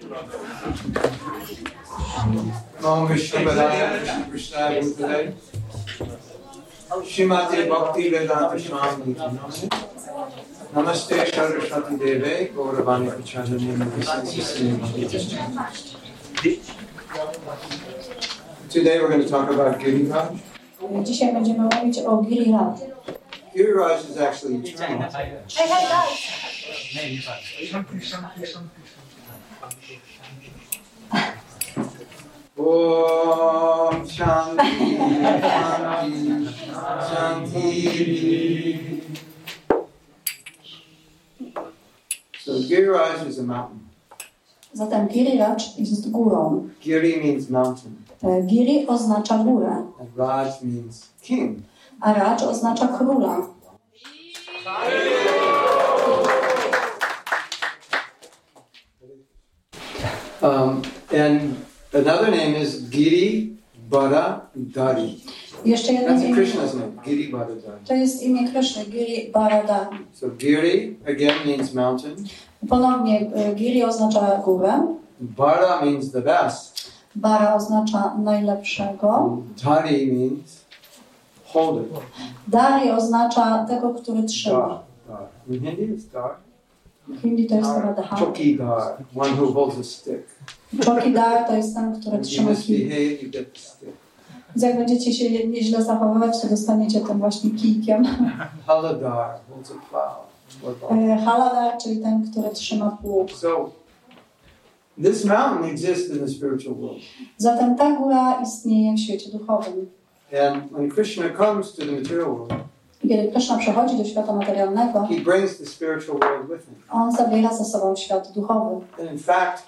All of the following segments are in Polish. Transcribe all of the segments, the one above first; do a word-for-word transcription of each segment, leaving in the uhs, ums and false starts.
Om Vishnu Padaya Krishna Bhutale Shrimati Bhakti Vedanta Swami Namaste Saraswati Deve Gauravani Pracharani Today we're going to talk about Giriraj. Dzisiaj będziemy mówić o Giriraj. Giriraj is actually eternal. Hey, hey guys! Om Shanti Shanti Shanti. So Giriraj is a mountain. Zatem Giriraj jest górą. Giri means mountain. Giri oznacza górę. And Raj means king. A Raj oznacza króla. Um, and another name is Giri Baradari. Jeszcze jedno That's imię. Krishna's name, Giri Baradari. To jest imię Kryszny, Giri Baradari. So Giri again means mountain. Ponownie Giri oznacza górę. Bara means the best. Bara oznacza najlepszego. Dari means holder. Dari oznacza tego, który trzyma. Dar. Dar. In Hindi it's dar. W Hindi to jest chyba daha. Chokidar, one who holds a stick. Chokidar to jest ten, który If you trzyma kij. misbehave, you get the stick. Więc jak będziecie się nieźle zachowywać, to dostaniecie tym właśnie kijkiem. Haladar holds a plow. or ball. Haladar, czyli ten, który trzyma pług. So this mountain exists in the spiritual world. Zatem ta góra istnieje w świecie duchowym. And when Krishna comes to the material world, Kiedy Krishna przechodzi do świata materialnego, he brings the spiritual world with him. on zabiera ze sobą świat duchowy. And in fact,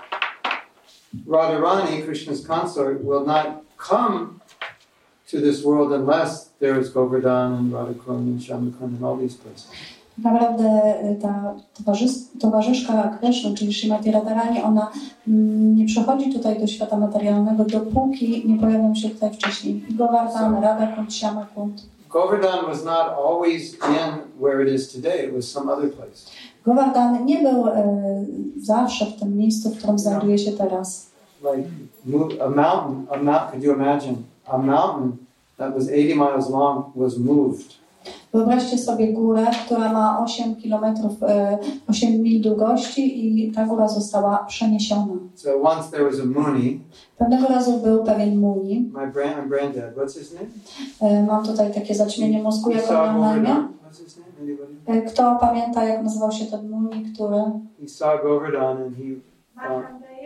Radharani, Krishna's consort, will not come to this world unless there is Govardhan and Radhakund and Shamakund and all these places. Naprawdę ta towarzys- towarzyszka Krishna, czyli Śrimati Radharani, ona mm, nie przychodzi tutaj do świata materialnego, dopóki nie pojawią się tutaj wcześniej i Govardhan, Radhakund, Shamakund. Govardhan was not always in where it is today. It was some other place. Govardhan nie był e, zawsze w tym miejscu, w którym znajduje się teraz. Like move, a mountain, a mount, could you imagine? A mountain that was eighty miles long was moved. Wyobraźcie sobie górę, która ma osiem kilometrów, osiem mil długości i ta góra została przeniesiona. So once there was a Muni. Pewnego razu był pewien Muni. My brain, I'm brain dead. What's his name? Mam tutaj takie zaćmienie mózgu, jak on miał na imię. What's his name? Anybody? Kto pamięta, jak nazywał się ten Muni, który... He saw Govardhan and he... Uh,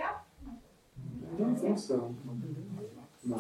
I don't think so. No.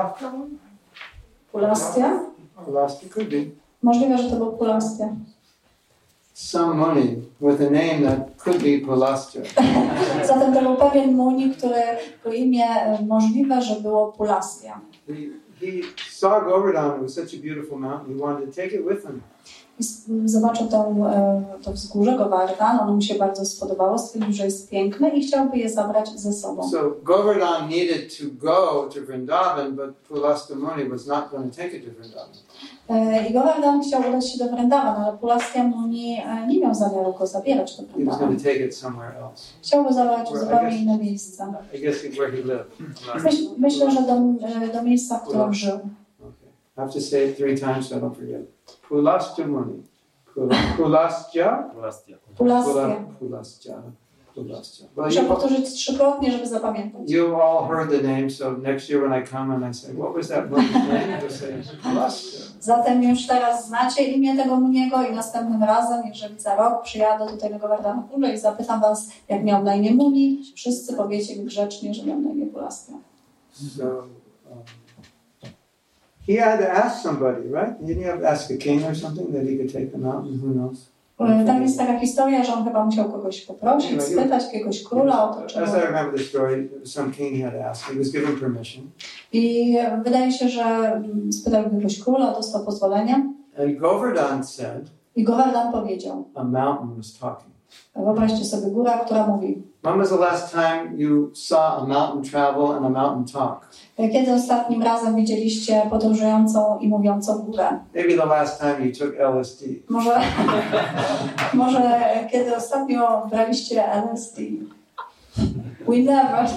Pulastia? Pulastia could be. Możliwe, że to był Pulastia. Some Muni with a name that could be Pulastia. Zatem to był pewien Muni, którego imię możliwe, że było Pulastia. He, he saw Govardhan. It was such a beautiful mountain. He wanted to take it with him. I zobaczył tą, to wzgórze Govardhan, ono mu się bardzo spodobało, stwierdził, że jest piękne i chciałby je zabrać ze sobą. So Govardhan needed to go to Vrindavan, but Pulastya Muni was not going to take it to Vrindavan. I Govardhan chciał udać się do Vrindavan, ale Pulastya Muni nie miał zamiaru go zabierać do He was Vrindavan. going to take it somewhere else. Chciał go zabrać w zupełnie inne miejsce. I guess where he lived. Myśl, myślę, że do, do miejsca, w którym żył. Okay. I have to say it three times so I don't forget. Pulastya Muni. Pulastya? Pulastya. Pulastya. Pulastya. Muszę powtórzyć trzykrotnie, żeby zapamiętać. You all heard the name, so next year when I come and I say, what was that book's name? You'll say, Pulastya. Zatem już teraz znacie imię tego Muniego i następnym razem, jeżeli za rok przyjadę tutaj do Govardhana i zapytam was, jak miał na imię Muni, wszyscy powiecie mi grzecznie, że miał na imię Pulastya. So, um, he had to ask somebody, right? Didn't he have to ask a king or something that he could take them out? Who knows? Tam jest taka historia, że on chyba musiał kogoś poprosić, spytać jakiegoś króla o to, czy... As I remember the story, some king he had to ask. He was given permission. I wydaje się, że spytał jakiegoś króla, dostał pozwolenie. And Govardhan said, I Govardhan powiedział, a mountain was talking. Wyobraźcie sobie górę, która mówi. When was the last time you saw a mountain travel and a mountain talk? Kiedy ostatnim razem widzieliście podróżującą i mówiącą górę? Maybe the last time you took L S D. Może, może kiedy ostatnio braliście L S D? We never.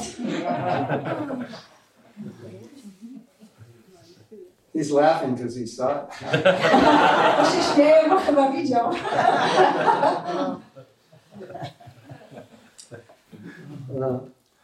He's laughing because he saw it. On się śmieje, bo chyba widział. Uh,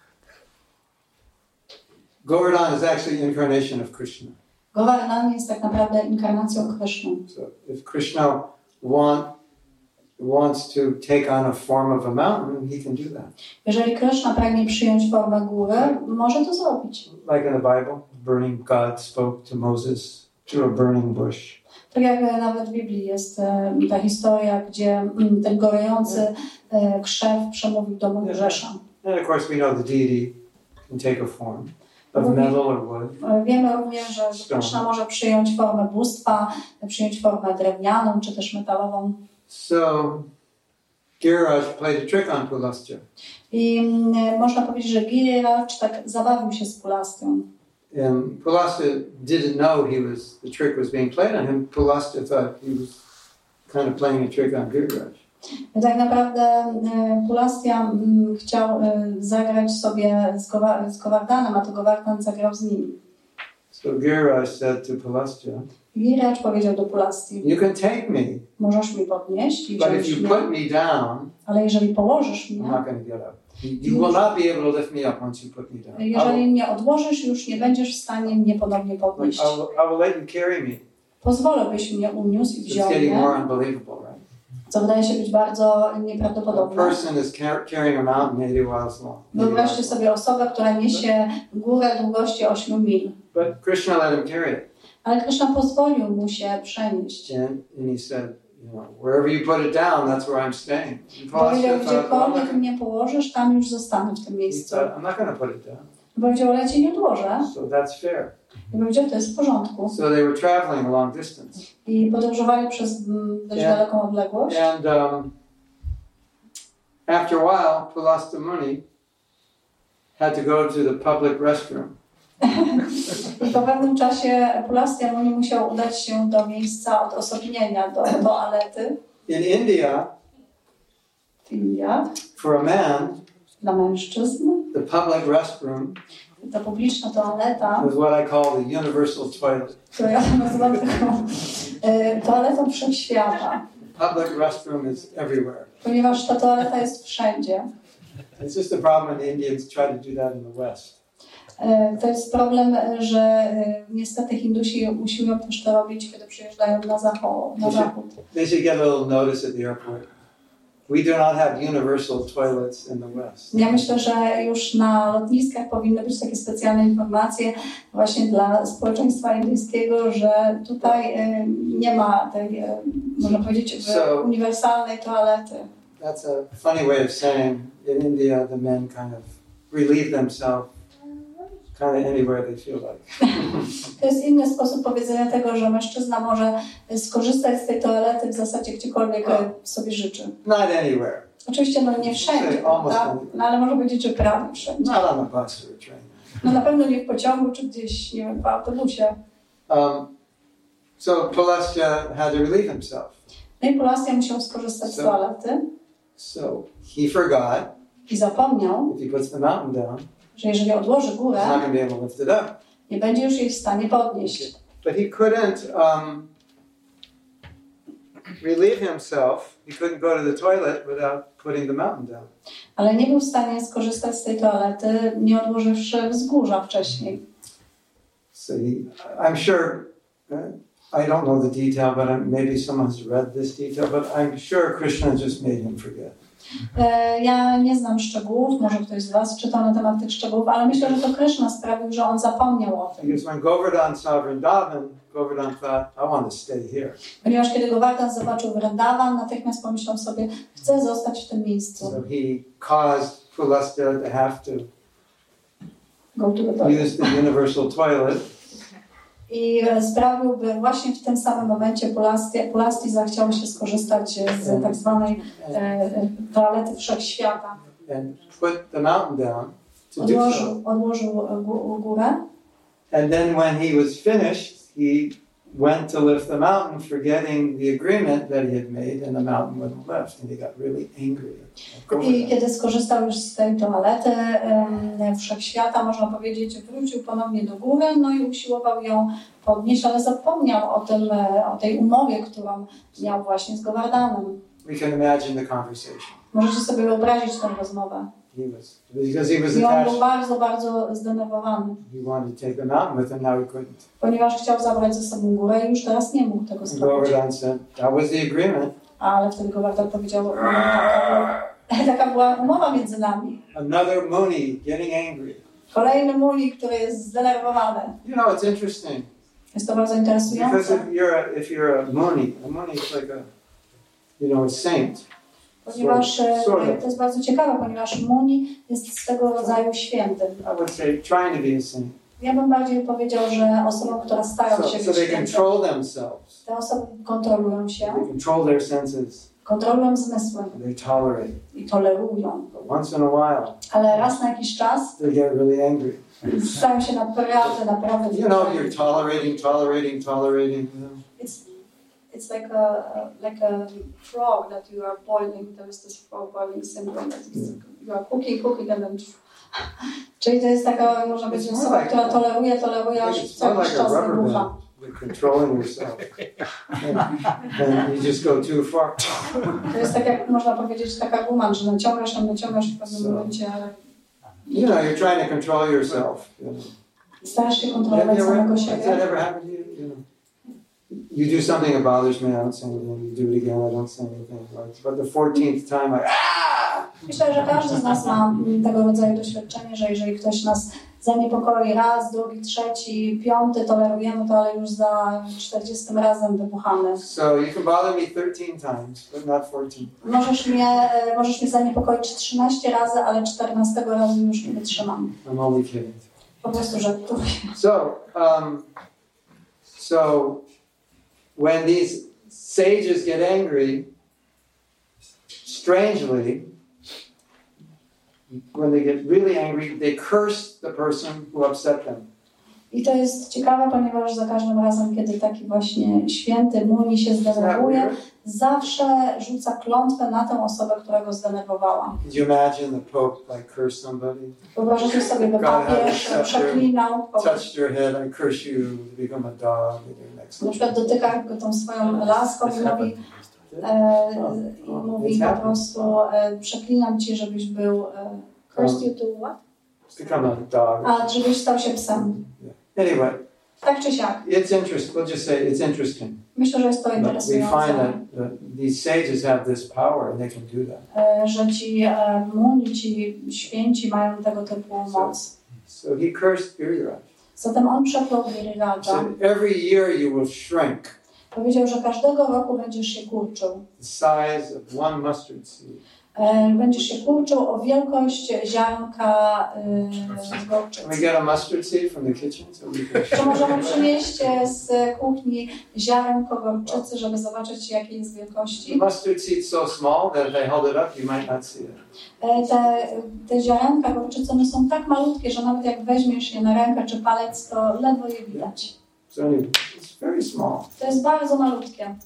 Govardhan is actually incarnation of Krishna. Govardhan jest tak naprawdę inkarnacją Kryszny. So if Krishna want, wants to take on a form of a mountain, he can do that. Jeżeli Kryszna pragnie przyjąć formę góry, może to zrobić. Like in the Bible, burning God spoke to Moses through a burning bush. Tak jak nawet w Biblii jest e, ta historia, gdzie m, ten gorejący e, krzew przemówił do Mojżesza. And of course we know the deity can take a form of metal or wood. Wiemy również, że Kryszna może przyjąć formę bóstwa, przyjąć formę drewnianą czy też metalową. So Giriraj played a trick on Pulastya. I m, można powiedzieć, że Giriraj tak zabawił się z Pulastią. And Pulastya didn't know he was the trick was being played on him. Pulastya thought he was kind of playing a trick on Giriraj. Tak naprawdę e, Pulastia m, chciał e, zagrać sobie z, Gowa- z Gowardanem, a to Govardhan zagrał z nim. So Giriraj said to Pulastya, Giriraj powiedział do Pulastii: "You can take me, możesz mi podnieść i but if wziąć you mnie, put me down, ale jeżeli położysz I'm mnie, not going to get up. You, you will not be able to lift me up once you put me down. I jeżeli will, mnie odłożysz, już nie będziesz w stanie mnie ponownie podnieść. I will, I will let you carry me." Pozwolę, byś mnie uniósł i It's wziął getting mnie, more unbelievable, right? co wydaje się być bardzo A nieprawdopodobne. person is car- carrying a mountain eighty miles long. Wyobraźcie sobie osobę, która niesie górę długości ośmiu mil. But Krishna let him carry it. Ale Kryszna pozwolił mu się przenieść. And, and he said, you know, wherever you put it down, that's where I'm staying. And Powiedział, Pulastya thought, well, I'm not gdziekolwiek gonna- mnie położysz, tam już zostanę w tym he miejscu. thought, I'm not going to put it down. Powiedział, ale cię nie odłożę. So that's fair. I powiedział, to jest w porządku. So they were traveling a long distance. I podróżowali przez mm, dość Yeah. daleką odległość. And um, after a while, Pulastya Muni had to go to the public restroom. I po pewnym czasie Pulastia Muni musiał udać się do miejsca odosobnienia, do toalety In India, w Indiach for a man, dla mężczyzn. the public restroom Ta publiczna toaleta, was what I call the universal toilet. którą ja nazywam taką e, toaletą wszechświata, Public restroom is everywhere. ponieważ ta toaleta jest wszędzie. It's just a problem when the Indians try to do that in the West. E, To jest problem, że e, niestety Hindusi usiłują też to robić, kiedy przyjeżdżają na zachód. Na zachód. They should get a little notice at the airport. We do not have universal toilets in the West. Ja myślę, że już na lotniskach powinny być takie specjalne informacje właśnie dla społeczeństwa indyjskiego, że tutaj e, nie ma tej, e, można powiedzieć, So- uniwersalnej toalety. That's a funny way of saying in India the men kind of relieve themselves kind of anywhere they feel like. To jest inny sposób powiedzenia tego, że mężczyzna może skorzystać z tej toalety w zasadzie gdziekolwiek e, sobie życzy. Not anywhere. Oczywiście no nie wszędzie, Almost prawda? anywhere. No ale można powiedzieć, że prawie wszędzie. Not on a bus or a train. No na pewno nie w pociągu, czy gdzieś, nie wiem, w autobusie. Um, so Pulastya had to relieve himself. No i Pulastia musiał skorzystać z So- toalety So he forgot i zapomniał, if he puts the mountain down, że jeżeli odłoży he's górę, not going to be able to lift it up. nie będzie już jej w stanie podnieść. But he couldn't um, relieve himself. He couldn't go to the toilet without putting the mountain down. Ale nie był w stanie skorzystać z tej toalety, nie odłożywszy wzgórza wcześniej. So he, I'm sure, uh, I don't know the detail, but I'm, maybe someone's read this detail, but I'm sure Krishna just made him forget. E, Ja nie znam szczegółów, może ktoś z Was czytał na temat tych szczegółów, ale myślę, że to Kryszna sprawił, że on zapomniał o tym. Because when Govardhan saw Vrindavan, Govardhan thought, I want to stay here. Ponieważ kiedy Govardhan zobaczył Vrindavan, natychmiast pomyślał sobie, chcę zostać w tym miejscu. So he caused Pulastya to have to Go to the toilet. use the universal toilet. I e, sprawił, by właśnie w tym samym momencie Pulastii, Pulastii zachciało się skorzystać z tak zwanej e, e, toalety wszechświata. And put the mountain down to do so. Odłożył, odłożył gó- górę And then when he was finished, he went to lift the mountain, forgetting the agreement that he had made, and the mountain wouldn't lift, and he got really angry. I kiedy skorzystał już z tej toalety um, wszechświata, można powiedzieć, wrócił ponownie do góry, no i usiłował ją podnieść, ale zapomniał o tym, o tej umowie, którą miał właśnie z Gowardanem. We can imagine the conversation. Możecie sobie wyobrazić tę rozmowę. He was, because he was I on attached. był bardzo, bardzo zdenerwowany. He wanted to take the mountain with him, now he couldn't. Ponieważ chciał zabrać ze sobą górę i już teraz nie mógł tego zrobić. Govardhan said, that was the agreement. Ale wtedy Gowardan powiedział, no, taka, taka była umowa między nami. Another Muni getting angry. Kolejny Muni, który jest zdenerwowany. You know, it's interesting. Jest to bardzo Because interesujące. if you're a, if you're a Muni, a Muni is like a, you know, a saint. Ponieważ Sort- sort of. to jest bardzo ciekawe, ponieważ Muni jest z tego rodzaju świętym. I would say trying to be a saint. Ja bym bardziej powiedział, że osobą, która stara So, się so być they świętą. control themselves. Te osoby kontrolują się, They control their senses. kontrolują zmysły And they tolerate. i tolerują. But once in a while, Ale raz na jakiś czas they get really angry. stają się naprawdę, naprawdę You know, you're tolerating, tolerating, tolerating. You know. It's it's like a, a like a frog that you are boiling. There is this frog boiling syndrome. That is, you are cooking, cooking, and then. Czyli to jest taka, można powiedzieć, It's osoba, more która like- toleruje, toleruje, aż It's co more jakiś like a czas rubber wybucha. band. You're controlling yourself. And, and you just go too far. To jest tak, jak można powiedzieć, taka guma, że naciągasz, ją naciągasz w pewnym So- momencie. You know, you're trying to control yourself. You know. Starasz się Have kontrolować you ever, samego has that siebie. ever happened to you? You know, you do something that bothers me, I don't say anything. You do it again, I don't say anything. Like, but the fourteenth time, like, ah! Myślę, że każdy z nas ma mm, tego rodzaju doświadczenie, że jeżeli ktoś nas zaniepokoi raz, drugi, trzeci, piąty, tolerujemy to, ale już za czterdziestym razem wybuchamy. So you can bother me thirteen times, but not fourteen. Możesz mnie, e, możesz mnie zaniepokoić trzynaście razy, ale czternastego razu już nie wytrzymam. I'm only kidding. Po prostu żartuję. So, um, so when these sages get angry, strangely, when they get really angry, they curse the person who upset them. I to jest ciekawe, ponieważ za każdym razem, kiedy taki właśnie święty Muni się Isn't that zdenerwuje, weird? zawsze rzuca klątwę na tę osobę, która go zdenerwowała. Could you imagine the Pope like curse somebody? Wyobrażacie sobie, by papież przeklinał, Touched your head, I curse you to become a dog in your next na przykład dotyka go tą swoją laską i mówi, e, i mówi po prostu e, przeklinam cię, żebyś był e, curse you to what? become a dog. A żebyś stał się psem. Anyway, Tak czy siak. it's interesting. We'll just say it's interesting. Myślę, że jest to But we find interesujące, that uh, these sages have this power and they can do that. e, że ci e, Muni, ci święci mają tego typu moc. So he cursed Giriraj. Zatem on przeklął He Giriraja. said, every year you will shrink Powiedział, że każdego roku będziesz się kurczył. the size of one mustard seed. E, Będziesz się kurczył o wielkość ziarnka e, z Can we gorczycy. get a mustard seed from the kitchen? So we can Czy możemy przynieść e, z kuchni ziarnko gorczycy, żeby zobaczyć, jakiej jest The wielkości? mustard seed's so small that if I hold it up, you might not see it. E, Te, te ziarenka gorczycy, one są tak malutkie, że nawet jak weźmiesz je na rękę czy palec, to ledwo je widać. So anyway, it's very small. To jest bardzo malutkie.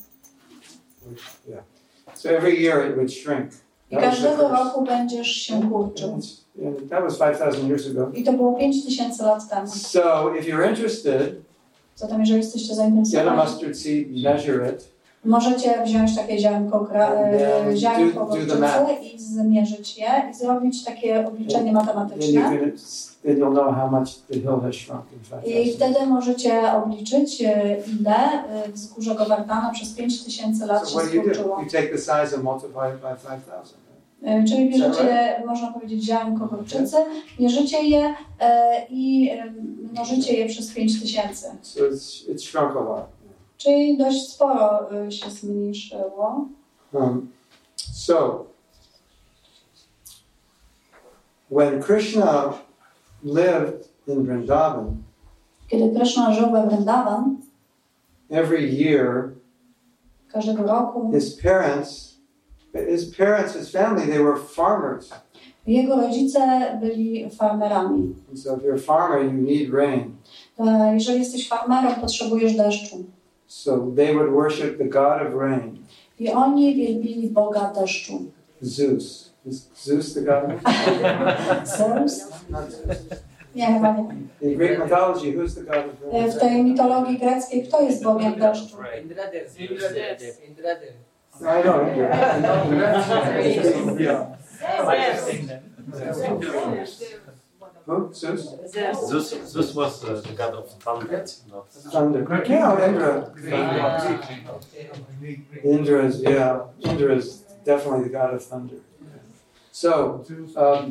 Yeah. So every year it would shrink. I That was the każdego curse. roku będziesz się kurczył. And it's- and that was five thousand years ago. I to było pięć tysięcy lat temu. So if you're interested, Zatem jeżeli jesteście get a zainteresowani, mustard seed, measure it. możecie wziąć takie ziarnko, gra, e, ziarnko Do- do the gorczycy math. i zmierzyć je i zrobić takie obliczenie Then you matematyczne. can, then you'll know how much the hill has shrunk in five I thousand. wtedy możecie obliczyć, e, ile e, wzgórze Govardhana przez pięć tysięcy lat So się what do you do? skurczyło. You take the size and multiply it by five thousand. E, Czyli bierzecie, można powiedzieć, ziarnko gorczycy, mierzycie je e, i e, mnożycie je przez pięć tysięcy. So it's, it's shrunk a lot. Czyli dość sporo e, się zmniejszyło. Um, so, when Krishna lived in Vrindavan, Kiedy Krishna żył we Vrindavan, every year każdego roku his parents, his parents, his family, they were farmers. jego rodzice byli farmerami. And so if you're a farmer, you need rain. E, Jeżeli jesteś farmerem, potrzebujesz deszczu. So they would worship the god of rain. I oni wielbili Boga deszczu. Zeus. Is Zeus the god of rain? Zeus? Not Zeus. Nie, chyba nie. In Greek mythology, who's the god of rain? W tej mitologii greckiej kto jest Bogiem deszczu? Indradev. Indradev. Indradev. I know. Who? Zeus? Zeus, Zeus was uh, the god of thunder, not Thunder. Yeah, Indra. Indra is, yeah, Indra is definitely the god of thunder. So, um,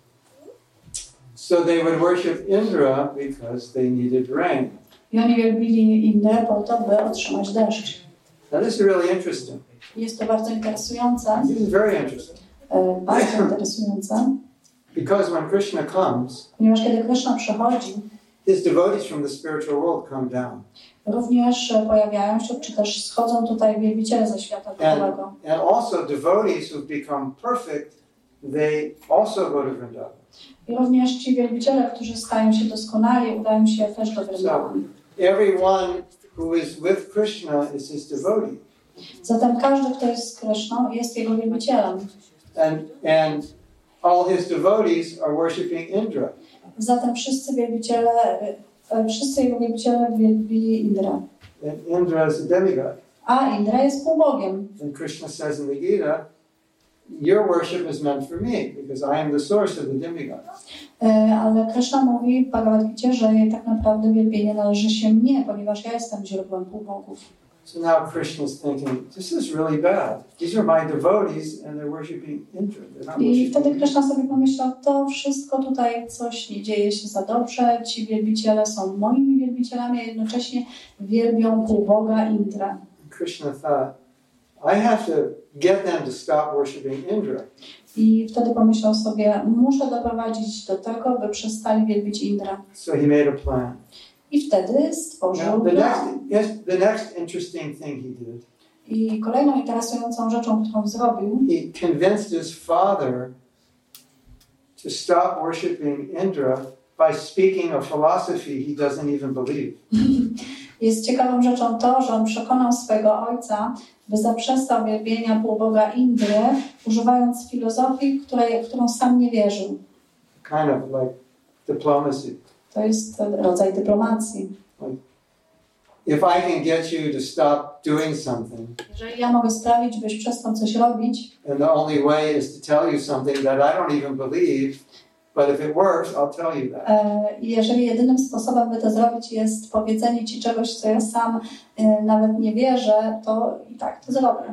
so they would worship Indra because they needed rain. I oni wielbili Indrę po to, by otrzymać deszcz. Now this is really interesting. Jest to bardzo interesujące, This is very interesting. e, bardzo interesujące, Because when Krishna comes, ponieważ kiedy Krishna przychodzi, his devotees from the spiritual world come down. również pojawiają się, czy też schodzą tutaj wielbiciele ze świata And, duchowego. and also devotees who've become perfect, they also go to Vrindavan. I również ci wielbiciele, którzy stają się doskonali, udają się też do So Vrindavan. everyone who is with Krishna is his devotee. Zatem każdy, kto jest z Krishną, jest jego wielbicielem. And, and all his devotees are worshiping Indra. Zatem wszyscy wielbiciele, e, wszyscy jego wielbiciele wielbili Indrę. And Indra is a demigod. A Indra jest półbogiem. And Krishna says in the Gita, your worship is meant for me because I am the source of the demigod. E, Ale Krishna mówi w Bhagavad Gicie, że tak naprawdę wielbienie należy się mnie, ponieważ ja jestem źródłem półbogów. So now Krishna's thinking, this is really bad. These are my devotees and they're worshiping Indra. They're not I wtedy worshiping Krishna sobie pomyślał, to wszystko tutaj coś nie dzieje się za dobrze, ci wielbiciele są moimi wielbicielami, a jednocześnie wielbią półboga Indrę. Krishna thought, I have to get them to stop worshiping Indra. I wtedy pomyślał sobie, muszę doprowadzić do tego, by przestali wielbić Indrę. So he made a plan. I wtedy stworzył Now, the next, plan. yes, the next interesting thing he did, I kolejną interesującą rzeczą, którą zrobił, he convinced his father to stop worshiping Indra by speaking a philosophy he doesn't even believe. jest ciekawą rzeczą to, że on przekonał swego ojca, by zaprzestał wielbienia półboga Indry, używając filozofii, której, w którą sam nie wierzył. Kind of like diplomacy. To jest rodzaj dyplomacji. If I can get you to stop doing something, Jeżeli ja mogę sprawić, byś przestał coś robić, and the only way is to tell you something that I don't even believe, but if it works, I'll tell you that. e, i jeżeli jedynym sposobem, by to zrobić, jest powiedzenie ci czegoś, co ja sam e, nawet nie wierzę, to i tak to zrobię.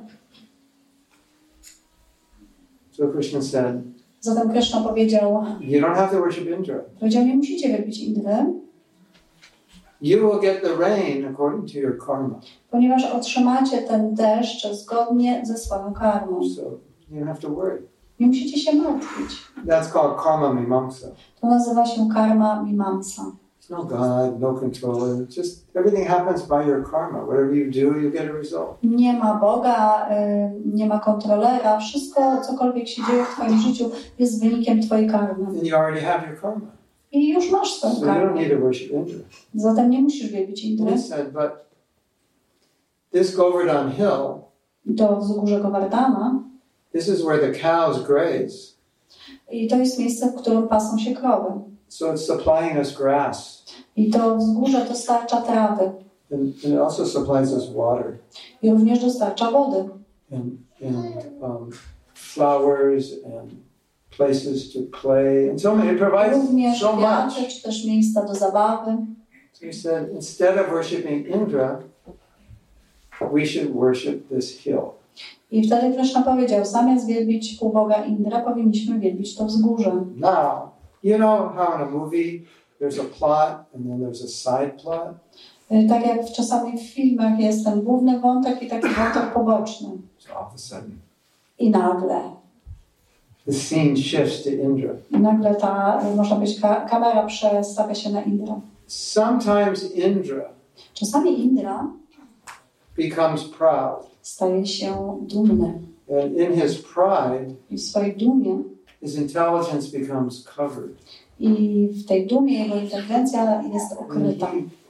So Krishna said, Zatem Krishna powiedział, you don't have to worship Indra. powiedział, nie musicie wielbić Indry, You will get the rain according to your karma. ponieważ otrzymacie ten deszcz zgodnie ze swoją karmą. So you don't have to worry. Nie musicie się martwić. That's called karma mimamsa. To nazywa się karma mimamsa. There's no God, no controller. Just everything happens by your karma. Whatever you do, you get a result. Nie ma Boga, y, nie ma kontrolera. Wszystko, cokolwiek się dzieje w twoim życiu, jest wynikiem twojej karmy. And you already have your karma. I już masz swoją So you don't karmę. need to worship Indra. Zatem nie musisz wielbić And Indry. he said, but this Govardhan Hill, Do wzgórza Govardhana. this is where the cows graze. I to jest miejsce, w którym pasą się krowy. So it's supplying us grass. I to wzgórze dostarcza trawy. And, and it also supplies us water. I również dostarcza wody. And, and um, flowers and places to play. And so many, it provides Również so much. kwiaty, czy też miejsca do zabawy. So he said, instead of worshiping Indra, we should worship this hill. I wtedy Krishna powiedział, zamiast wielbić półboga Indra, powinniśmy wielbić to wzgórze. Now, you know how in a movie there's a plot and then there's a side plot? Y, Tak jak czasami w filmach jest ten główny wątek i taki wątek poboczny. So all of a sudden, I nagle, the scene shifts to Indra. i nagle ta, y, można powiedzieć, ka- kamera przestawia się na Indra. Sometimes Indra Czasami Indra becomes proud. staje się dumny. And in his pride, I w swojej dumie, his intelligence becomes covered. i w tej dumie jego inteligencja jest And ukryta. he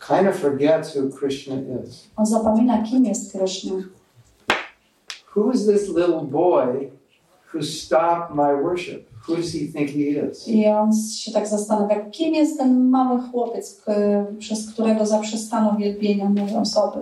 kind of forgets who Krishna is. On zapomina, kim jest Kryszna. Who is this little boy who stopped my worship? Who does he think he is? I on się tak zastanawia, kim jest ten mały chłopiec, k- przez którego zaprzestano wielbienia mojej osoby.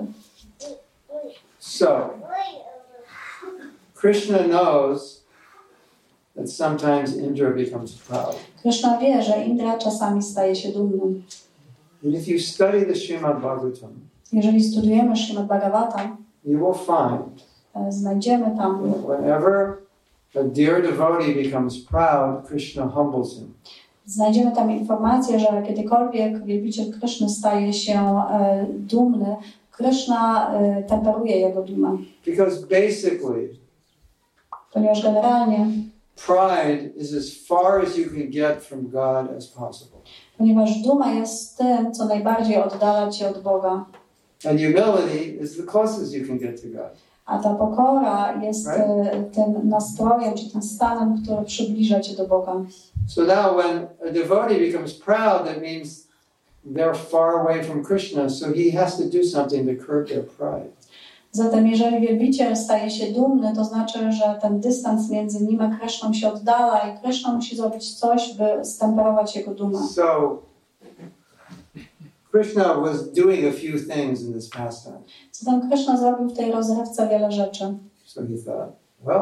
So, Krishna knows that sometimes Indra becomes proud. Kryszna wie, że Indra czasami staje się dumny. And if you study the Srimad Bhagavatam, Jeżeli studujemy Śrimad Bhagavatam, you will find e, znajdziemy tam, that whenever a dear devotee becomes proud, Krishna humbles him. znajdziemy tam informację, że kiedykolwiek wielbiciel Kryszny staje się e, dumny, Kryszna e, temperuje jego dumę. Because basically, Ponieważ generalnie, pride is as far as you can get from God as possible. ponieważ duma jest tym, co najbardziej oddala cię od Boga, And humility is the closest you can get to God. a ta pokora jest Right. e, tym nastrojem, czy tym stanem, który przybliża cię do Boga. So now when a devotee becomes proud, that means they're far away from Krishna, so he has to do something to curb their pride. Zatem jeżeli wielbiciel staje się dumny, to znaczy, że ten dystans między nim a Kryszną się oddala i Kryszna musi zrobić coś, by stemperować jego dumę. So Krishna was doing a few things in this pastime. Zatem Kryszna zrobił w tej rozrywce wiele rzeczy. So he thought, well,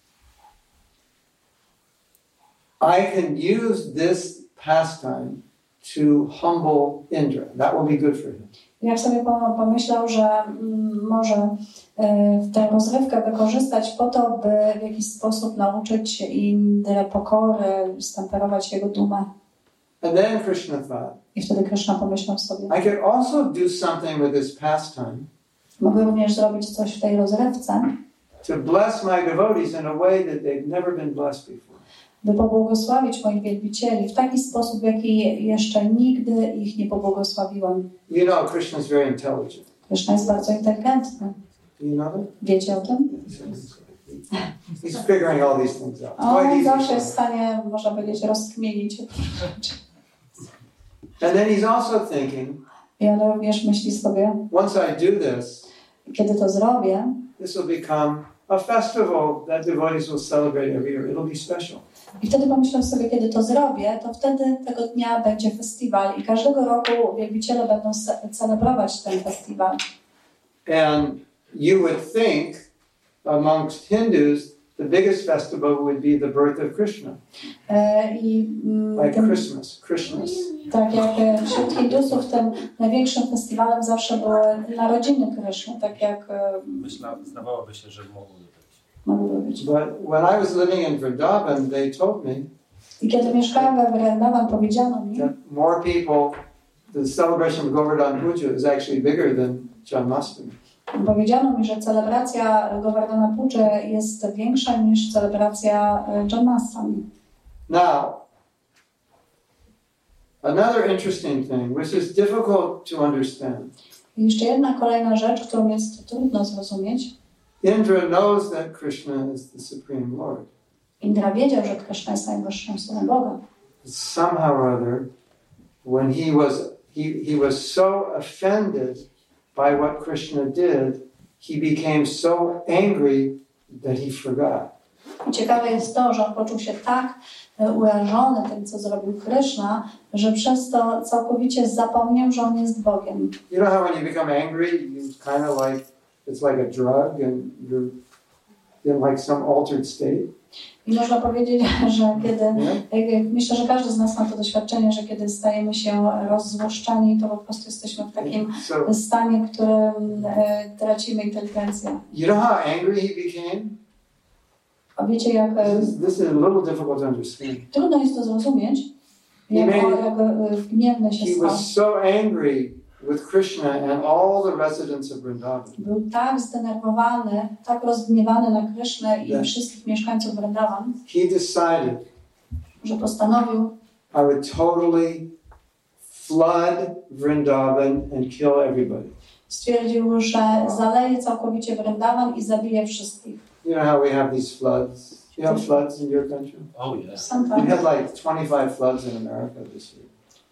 I can use this pastime to humble Indra. That will be good for him. Ja sobie pom- pomyślał, że mm, może y, tę rozrywkę wykorzystać po to, by w jakiś sposób nauczyć Indrę pokory, stemperować jego dumę. And then Krishna thought, I wtedy Kryszna pomyślał sobie, I could also do something with this pastime mogę również zrobić coś w tej rozrywce, to bless my devotees in a way that they've never been blessed before. by pobłogosławić moich wielbicieli w taki sposób, w jaki jeszcze nigdy ich nie pobłogosławiłem. You know, Krishna is very intelligent. Kryszna jest bardzo inteligentny. Do you know that? Wiecie o tym? He's figuring all these things out. It's A quite on easy zawsze for jest w him. stanie, można powiedzieć, rozkminić. And then he's also thinking, I on również myśli sobie, once I do this, kiedy to zrobię, this will become a festival that devotees will celebrate every year. It'll be special. i wtedy pomyślał sobie, kiedy to zrobię, to wtedy tego dnia będzie festiwal i każdego roku wielbiciele będą ce- celebrować ten festiwal. And you would think amongst Hindus, the biggest festival would be the birth of Krishna, E, I mm, like tym, Christmas, Christmas. tak jak e, wśród Hindusów tym największym festiwalem zawsze były narodziny Kryszny, tak jak e, Myślę, zdawałoby się, że mogły być. mogły być. But when I was living in Vrindavan, they told me I kiedy mieszkałem we Vrindavan, powiedziano mi, that more people, the celebration of Govardhan Puja is actually bigger than Janmashtami. powiedziano mi, że celebracja Govardhana Puja jest większa niż celebracja e, Janmashtami. Now, another interesting thing, which is difficult to understand. I jeszcze jedna kolejna rzecz, którą jest trudno zrozumieć. Indra knows that Krishna is the Supreme Lord. Indra wiedział, że Kryszna jest najwyższym synem Boga. Somehow or other, when he was he, he was so offended by what Krishna did, he became so angry that he forgot. I ciekawe jest to, że on poczuł się tak e, urażony tym, co zrobił Kryszna, że przez to całkowicie zapomniał, że on jest Bogiem. You know how when you become angry, you kind of like it's like a drug, and you're in like some altered state. I można powiedzieć, że kiedy, Yeah? jak- myślę, że każdy z nas ma to doświadczenie, że kiedy stajemy się rozzłoszczeni, to po prostu jesteśmy w takim So stanie, w którym e, tracimy inteligencję. you know how angry he became? A wiecie, jak e, This, this is a little difficult to understand. trudno jest to zrozumieć, jak, Nie on, jak e, gniewny się He stał. was so angry with Krishna and all the residents of Vrindavan. Był tak zdenerwowany, tak rozgniewany na Krysznę i Tak. wszystkich mieszkańców Vrindavan, He decided, że postanowił, I would totally flood Vrindavan and kill everybody. stwierdził, że zaleje całkowicie Vrindavan i zabije wszystkich. You know how we have these floods? You have floods in your country? Oh yes. We Sometimes. had like twenty-five floods in America this year. W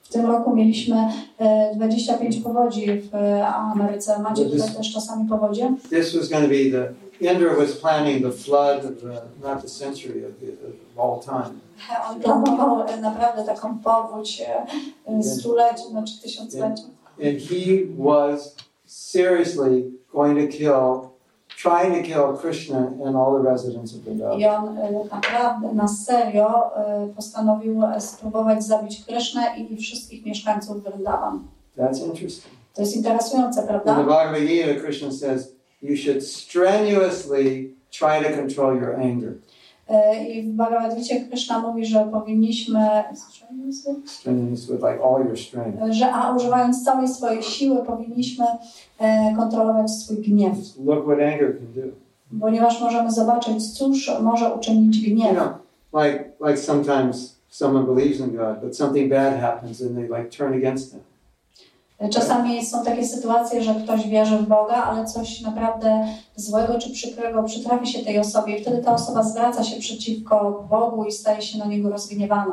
W tym roku mieliśmy e, dwadzieścia pięć powodzi w e, Ameryce. Macie tutaj też czasami powodzie? This was going to be the Indra was planning the flood of the, not the century of, the, of all time. On planował e, naprawdę taką powódź e, stuleci, znaczy tysiąclecia. And he was seriously going to kill, trying to kill Krishna and all the residents of Vrindavan. I on e, naprawdę na serio e, postanowił e, spróbować zabić Krishnę i wszystkich mieszkańców Vrindavan. That's interesting. To jest interesujące, In the prawda? Bhagavad Gita, Krishna says, you should strenuously try to control your anger. E, I w Bhagavad Gicie Krishna mówi, że powinniśmy, Strenuous with like all your strength. że a używając całej swojej siły powinniśmy e, kontrolować swój gniew. Just look what anger can do. Ponieważ możemy zobaczyć, cóż może uczynić You gniew. know, like like sometimes someone believes in God, but something bad happens and they like turn against him. Czasami są takie sytuacje, że ktoś wierzy w Boga, ale coś naprawdę złego czy przykrego przytrafi się tej osobie i wtedy ta osoba zwraca się przeciwko Bogu i staje się na Niego rozgniewana.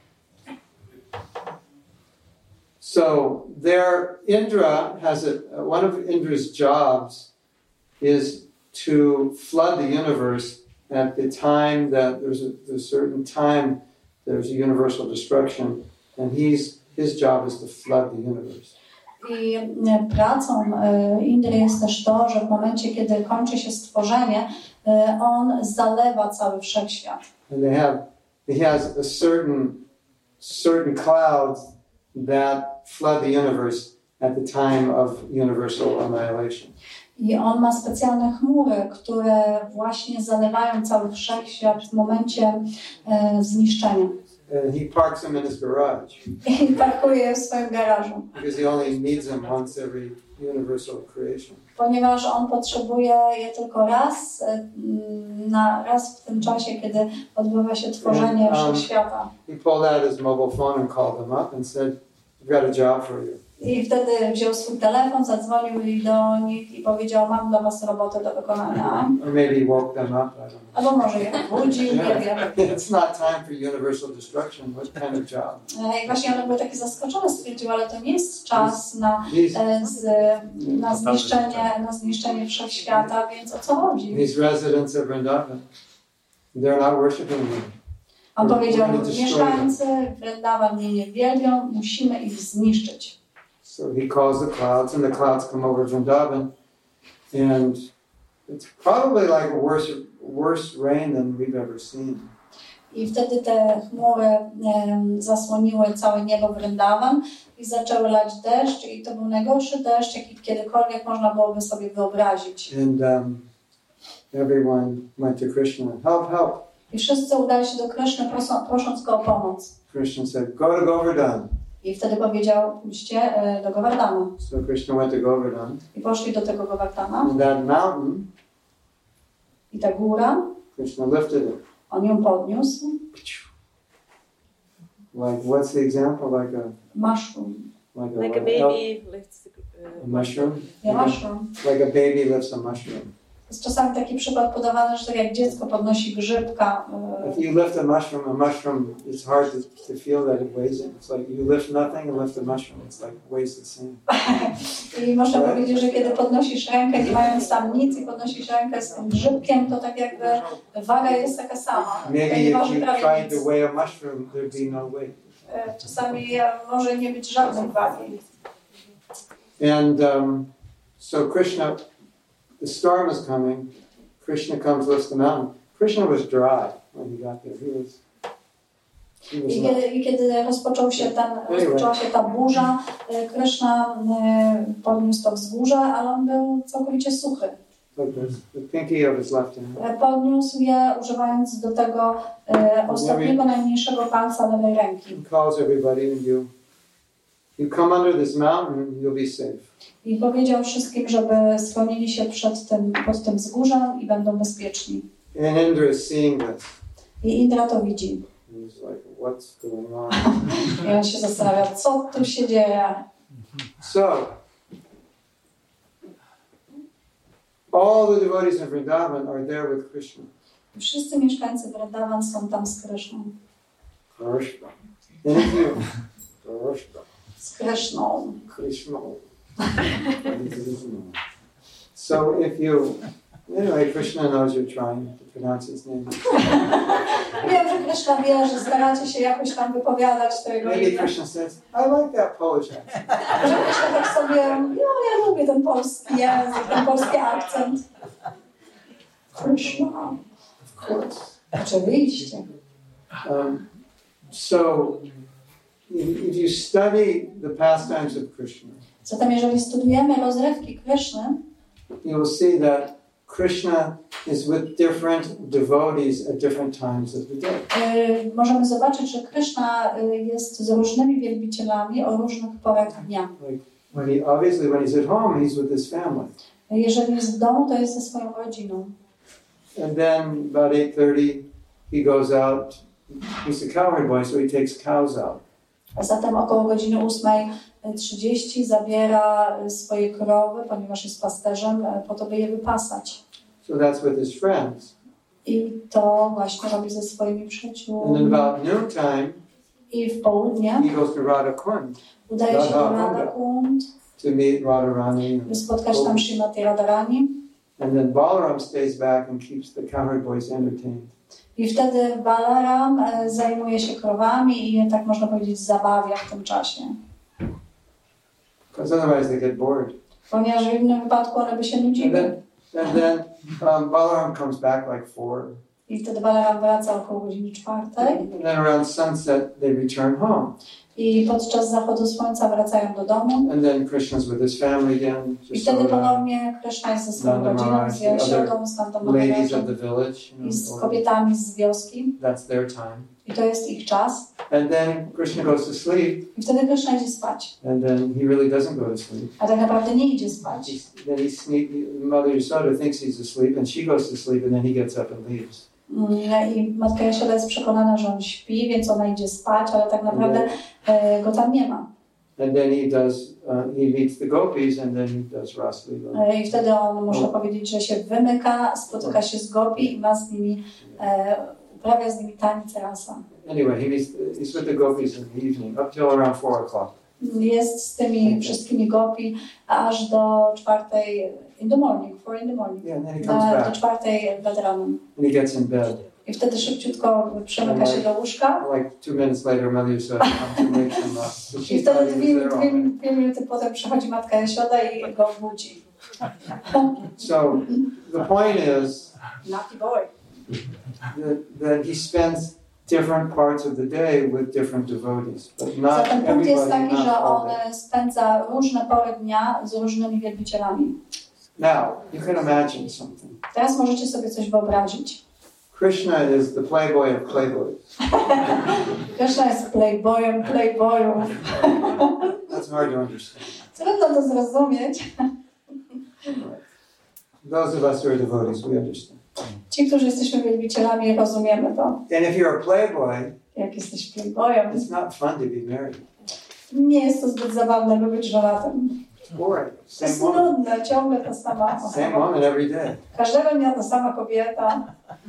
So there, Indra has a, one of Indra's jobs is to flood the universe at the time that there's a, there's a certain time there's a universal destruction, and he's his job is to flood the universe. I pracą Indry jest też to, że w momencie, kiedy kończy się stworzenie, on zalewa cały wszechświat. And they have, he has a certain certain clouds that flood the universe at the time of universal annihilation. I on ma specjalne chmury, które właśnie zalewają cały wszechświat w momencie e, zniszczenia. And he parks them in his garage. I parkuje je w swoim garażu. Because he only needs them once every universal creation. Ponieważ on potrzebuje je tylko raz, e, na raz w tym czasie, kiedy odbywa się tworzenie And, um, wszechświata. He pulled out his mobile phone and called them up and said, "I've got a job for you." I wtedy wziął swój telefon, zadzwonił do nich i powiedział, mam dla was robotę do wykonania. Or maybe he woke them up. I don't know. Albo może je budził, nie wiem. It's not time for universal destruction. What kind of job? I właśnie one były takie zaskoczone, stwierdziły, ale to nie jest czas na, He's, e, z, na, zniszczenie, na zniszczenie wszechświata, więc o co chodzi? these residents of Vrindavan, they're not worshiping me. On powiedział, mieszkańcy Vrindavan mnie nie wielbią, musimy ich zniszczyć. So he calls the clouds, and the clouds come over Vrindavan, and it's probably like a worse, worse rain than we've ever seen. I wtedy te chmury e, zasłoniły całe niebo Vrindavan i zaczęły lać deszcz i to był najgorszy deszcz, jaki kiedykolwiek można byłoby sobie wyobrazić. And um, everyone went to Krishna, help, help. I wszyscy udali się do Kryszny prosą, prosząc go o pomoc. Krishna said, go to Govardhan. I wtedy powiedział, pójdźcie e, do Govardhana. So Krishna went to Govardhan. I poszli do tego Govardhana. And that mountain, I ta góra, Krishna lifted it. on ją podniósł. Like, what's the example? Like a Mushroom. like a, Like a what, baby lifts the, a uh, mushroom. Nie mushroom. Like a baby lifts a mushroom. Jest czasami taki przykład podawany, że tak jak dziecko podnosi grzybka. e, If you lift a mushroom, a mushroom, it's hard to, to feel that it weighs it. It's like you lift nothing and lift a mushroom. It's like it weighs the same. I można powiedzieć, że kiedy podnosisz rękę, nie mając tam nic i podnosisz rękę z tym grzybkiem, to tak jakby waga jest taka sama. Maybe Nie if waży you prawie tried nic. to weigh a mushroom, there'd be no weight. E, Czasami e, może nie być żadnej wagi. And um, so Krishna, the storm is coming. Krishna comes, lifts the mountain. Krishna was dry when he got there. He was. He was I not, kiedy, I kiedy rozpoczął się ten, rozpoczęła się ta burza, e, Kryszna e, podniósł to wzgórze, ale on był całkowicie suchy. like this, the pinky of his left hand. E, Podniósł je używając do tego e, ostatniego, najmniejszego palca lewej ręki. He calls everybody, and you, you come under this mountain, you'll be safe. I powiedział wszystkim, żeby schronili się przed tym, pod tym wzgórzem i będą bezpieczni. And Indra is seeing this. I Indra to widzi. He's like, what's going on? I on się zastanawia, co tu się dzieje. So, all the devotees of Vrindavan are there with Krishna. Wszyscy mieszkańcy Vrindavan są tam z Kryszną. Krishna. And if you, z Kryszną. Krishna. So if you, anyway, Krishna knows you're trying to pronounce his name. Wiem, że Kryszna wie, że staracie się jakoś tam wypowiadać to jego Maybe imię. Krishna says, I like that Polish accent. Że Kryszna tak sobie, no ja lubię ten polski język, ten polski akcent. Kryszna. Of course. Oczywiście. Um, so if, if you study the pastimes of Krishna, Zatem jeżeli studujemy rozrywki Kryszny, you will see that Krishna is with different devotees at different times of the day. yy, możemy zobaczyć, że Kryszna yy, jest z różnymi wielbicielami o różnych porach dnia. Like when he obviously when he's at home, he's with his family. Jeżeli jest w domu, to jest ze swoją rodziną. And then about eight thirty, he goes out. He's a cowherd boy, so he takes cows out. A zatem około godziny ósmej trzydzieści zabiera swoje krowy, ponieważ jest pasterzem, po to, by je wypasać. So that's with his friends. I to właśnie robi ze swoimi And przyjaciółmi. then about noontime, I w południe he goes to Radhakund udaje się do Radha Radhakund, to meet Radharani. by spotkać tam Srimati Radharani. And then Balaram stays back and keeps the cowherd boys entertained. I wtedy Balaram e, zajmuje się krowami i je, tak można powiedzieć, zabawia w tym czasie. Because otherwise they get bored. Ponieważ w innym wypadku one by się And nudziły. then, and then um, Balaram comes back like four. I wtedy Balaram wraca około godziny czwartej. And then around sunset they return home. I podczas zachodu słońca wracają do domu. And then Krishna's with his family again. I wtedy Jashoda, ponownie Kryszna jest ze swoją Nanda rodziną, Maharaj, z the other Jasiodą, z Nandą ladies of Maharajem the village. You i z know, kobietami z wioski. that's their time. I to jest ich czas. And then Krishna goes to sleep. I wtedy Kryszna idzie spać. And then he really doesn't go to sleep. A tak naprawdę nie idzie spać. He's, then he sneak, Mother Yashoda thinks he's asleep, and she goes to sleep, and then he gets up and leaves. I matka Jasioda jest przekonana, że on śpi, więc ona idzie spać, ale tak naprawdę e, go tam nie ma. And then he does, uh, he meets the gopis, and then he does Ras Leela. E, I wtedy on, można powiedzieć, że się wymyka, spotyka się z gopi i ma z nimi, e, uprawia z nimi taniec rasa. Anyway, he meets, he's with the gopis in the evening, up till around four o'clock. Jest z tymi wszystkimi gopi aż do czwartej in the morning, four in the morning. Yeah, and then he comes Na, do back, czwartej nad ranem. and he gets in bed. I wtedy szybciutko przemyka się do łóżka. Like two minutes later, Mother Yashoda comes to wake him up. So I she thought wtedy he was dwie, there dwie, already. dwie minuty potem przychodzi matka Jasioda i go budzi. So the point is Naughty boy. that, that he spends different parts of the day with different devotees, but not Zatem punkt jest everybody, taki, not że all on day. spędza różne pory dnia z różnymi wielbicielami. Now, you can imagine something. Teraz możecie sobie coś wyobrazić. Krishna is the playboy of playboys. Kryszna jest playboyem, playboyów. That's hard to understand. Trudno to zrozumieć. Those of us who are devotees, we understand. Ci, którzy jesteśmy wielbicielami, rozumiemy to. And if you're a playboy, Jak jesteś playboyem, it's not fun to be married. nie jest to zbyt zabawne, by być żonatym. It's boring. To Same jest woman. nudne, ciągle ta sama Same osoba. woman every day. Każdego dnia ta sama kobieta.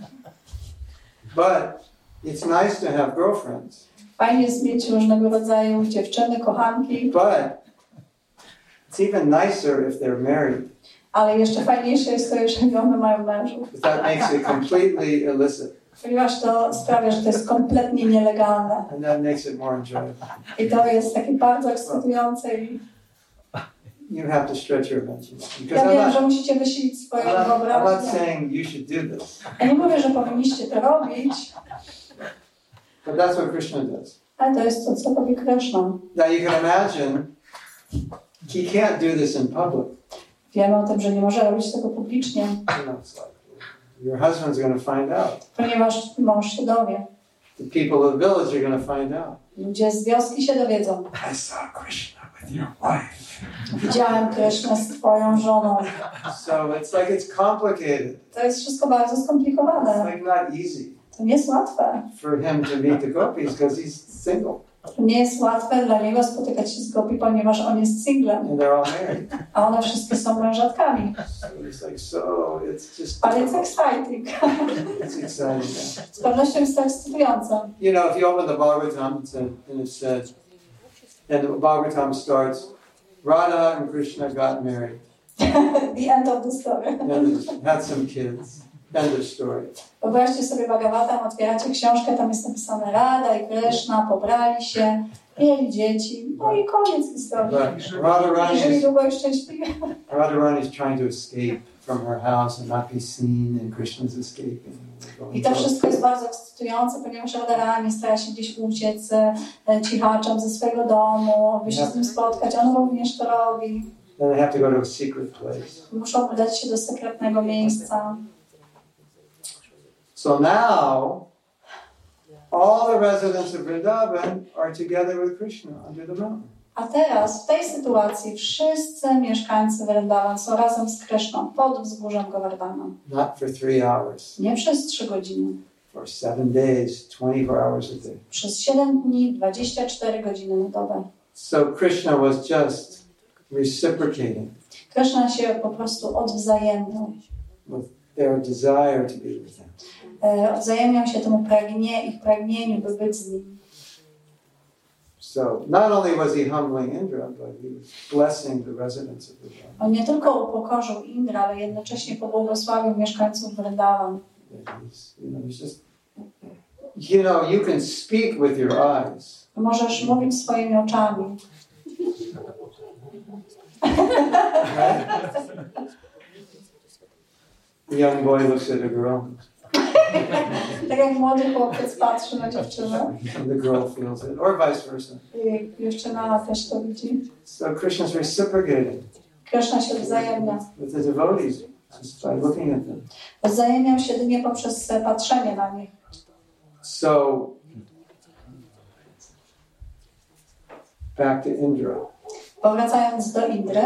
But it's nice to have girlfriends. Fajnie jest mieć różnego rodzaju dziewczyny, kochanki, But it's even nicer if they're married. ale jeszcze fajniejsze jest to, jeżeli one mają mężów. Because that makes it completely illicit. Ponieważ to sprawia, że to jest kompletnie nielegalne. And that makes it more enjoyable. I to jest takie bardzo ekscytujące i You have to stretch your imagination. Because ja I'm wiem, not, że musicie wysilić swoją I'm not, I'm not wyobraźnię. saying you should do this. Ja nie mówię, że powinniście to robić, But that's what Krishna does. ale to jest to, co robi Kryszna. Now you can imagine he can't do this in public. Wiemy o tym, że nie może robić tego publicznie, You know, it's like your husband's going to find out. ponieważ mąż się dowie. The people of the village are going to find out. Ludzie z wioski się dowiedzą. I saw Krishna with your wife. Widziałem Krysznę z twoją żoną. So it's like it's complicated. To jest wszystko bardzo It's skomplikowane. like not easy To nie jest łatwe. for him to meet the gopis because he's single To nie jest łatwe dla niego spotykać się z gopi, ponieważ on jest singlem, and they're all married. a one wszystkie są mężatkami. So it's like so it's just Ale it's exciting. it's exciting. Yeah. Z pewnością jest to ekscytujące. You know, if you open the Bhagavatam and it said And Bhagavatam starts, Radha and Krishna got married. The end of the story. And had some kids. End of story. Wyobraźcie sobie Bhagavatam, otwieracie książkę, tam jest napisane Radha i Krishna pobrali się, mieli dzieci, no i koniec historii. Żyli długo i szczęśliwie. Radharani is trying to escape from her house and not be seen, and Krishna's escaping. I to wszystko jest bardzo ekscytujące, ponieważ Radharani stara się gdzieś uciec e, cichaczem ze swojego domu, by się z nim spotkać, on również to robi. Then they have to go to a secret place. Muszą udać się do sekretnego miejsca. So now, all the residents of Vrindavan are together with Krishna under the mountain. A teraz, w tej sytuacji, wszyscy mieszkańcy Vrindavan są razem z Kryszną pod wzgórzem Govardhana. Not for three hours. Nie przez trzy godziny. For seven days, twenty-four hours a day. Przez siedem dni, dwadzieścia cztery godziny na dobę. So Krishna was just reciprocating. Kryszna się po prostu odwzajemniał. With their desire to be with him. E, odwzajemniał się temu pragnie, ich pragnieniu, by być z nim. So not only was he humbling Indra, but he was blessing the residents of Vrindavan. On nie tylko upokorzył Indra, ale jednocześnie pobłogosławił mieszkańców Vrindavan. You know, he's just, you know, you can speak with your eyes. Możesz mówić swoimi oczami. Right? The young boy looks at a girl. Tak jak młody chłopiec patrzy na dziewczynę. And the girl feels it, or vice versa. I dziewczyna też to widzi. So Krishna's reciprocating Kryszna się wzajemnia. with the devotees just by looking at them. Wzajemniał się jedynie poprzez patrzenie na nich. So back to Indra. Powracając do Indry.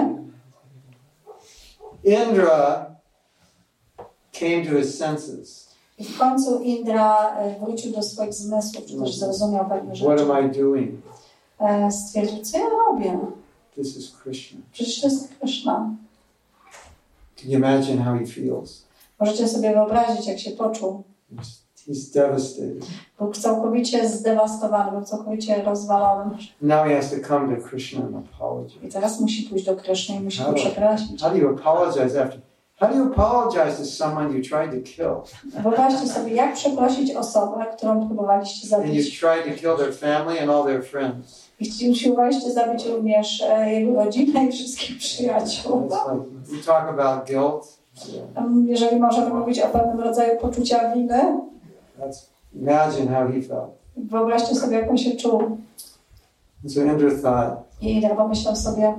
Indra came to his senses. I w końcu Indra wrócił do swoich zmysłów, czy też zrozumiał pewne rzeczy. What am I doing? Stwierdził, co ja robię? This is Krishna. Przecież to jest Krishna. Can you imagine how he feels? Możecie sobie wyobrazić, jak się poczuł. He's devastated. Był całkowicie zdewastowany, był całkowicie rozwalony. Now he has to come to Krishna and apologize. I teraz musi pójść do Kryszny i musi go przeprosić. How do you apologize after? How do you apologize to someone you tried to kill? Wyobraźcie sobie, jak przeprosić osobę, którą próbowaliście And you zabić. tried to kill their family and all their friends. I usiłowaliście zabić również e, jego rodzinę i wszystkich przyjaciół. It's like, you talk about guilt. Jeżeli możemy mówić o pewnym rodzaju poczucia winy, That's, imagine how he felt. wyobraźcie sobie, jak on się czuł. And so Indra thought, I Indra pomyślał sobie,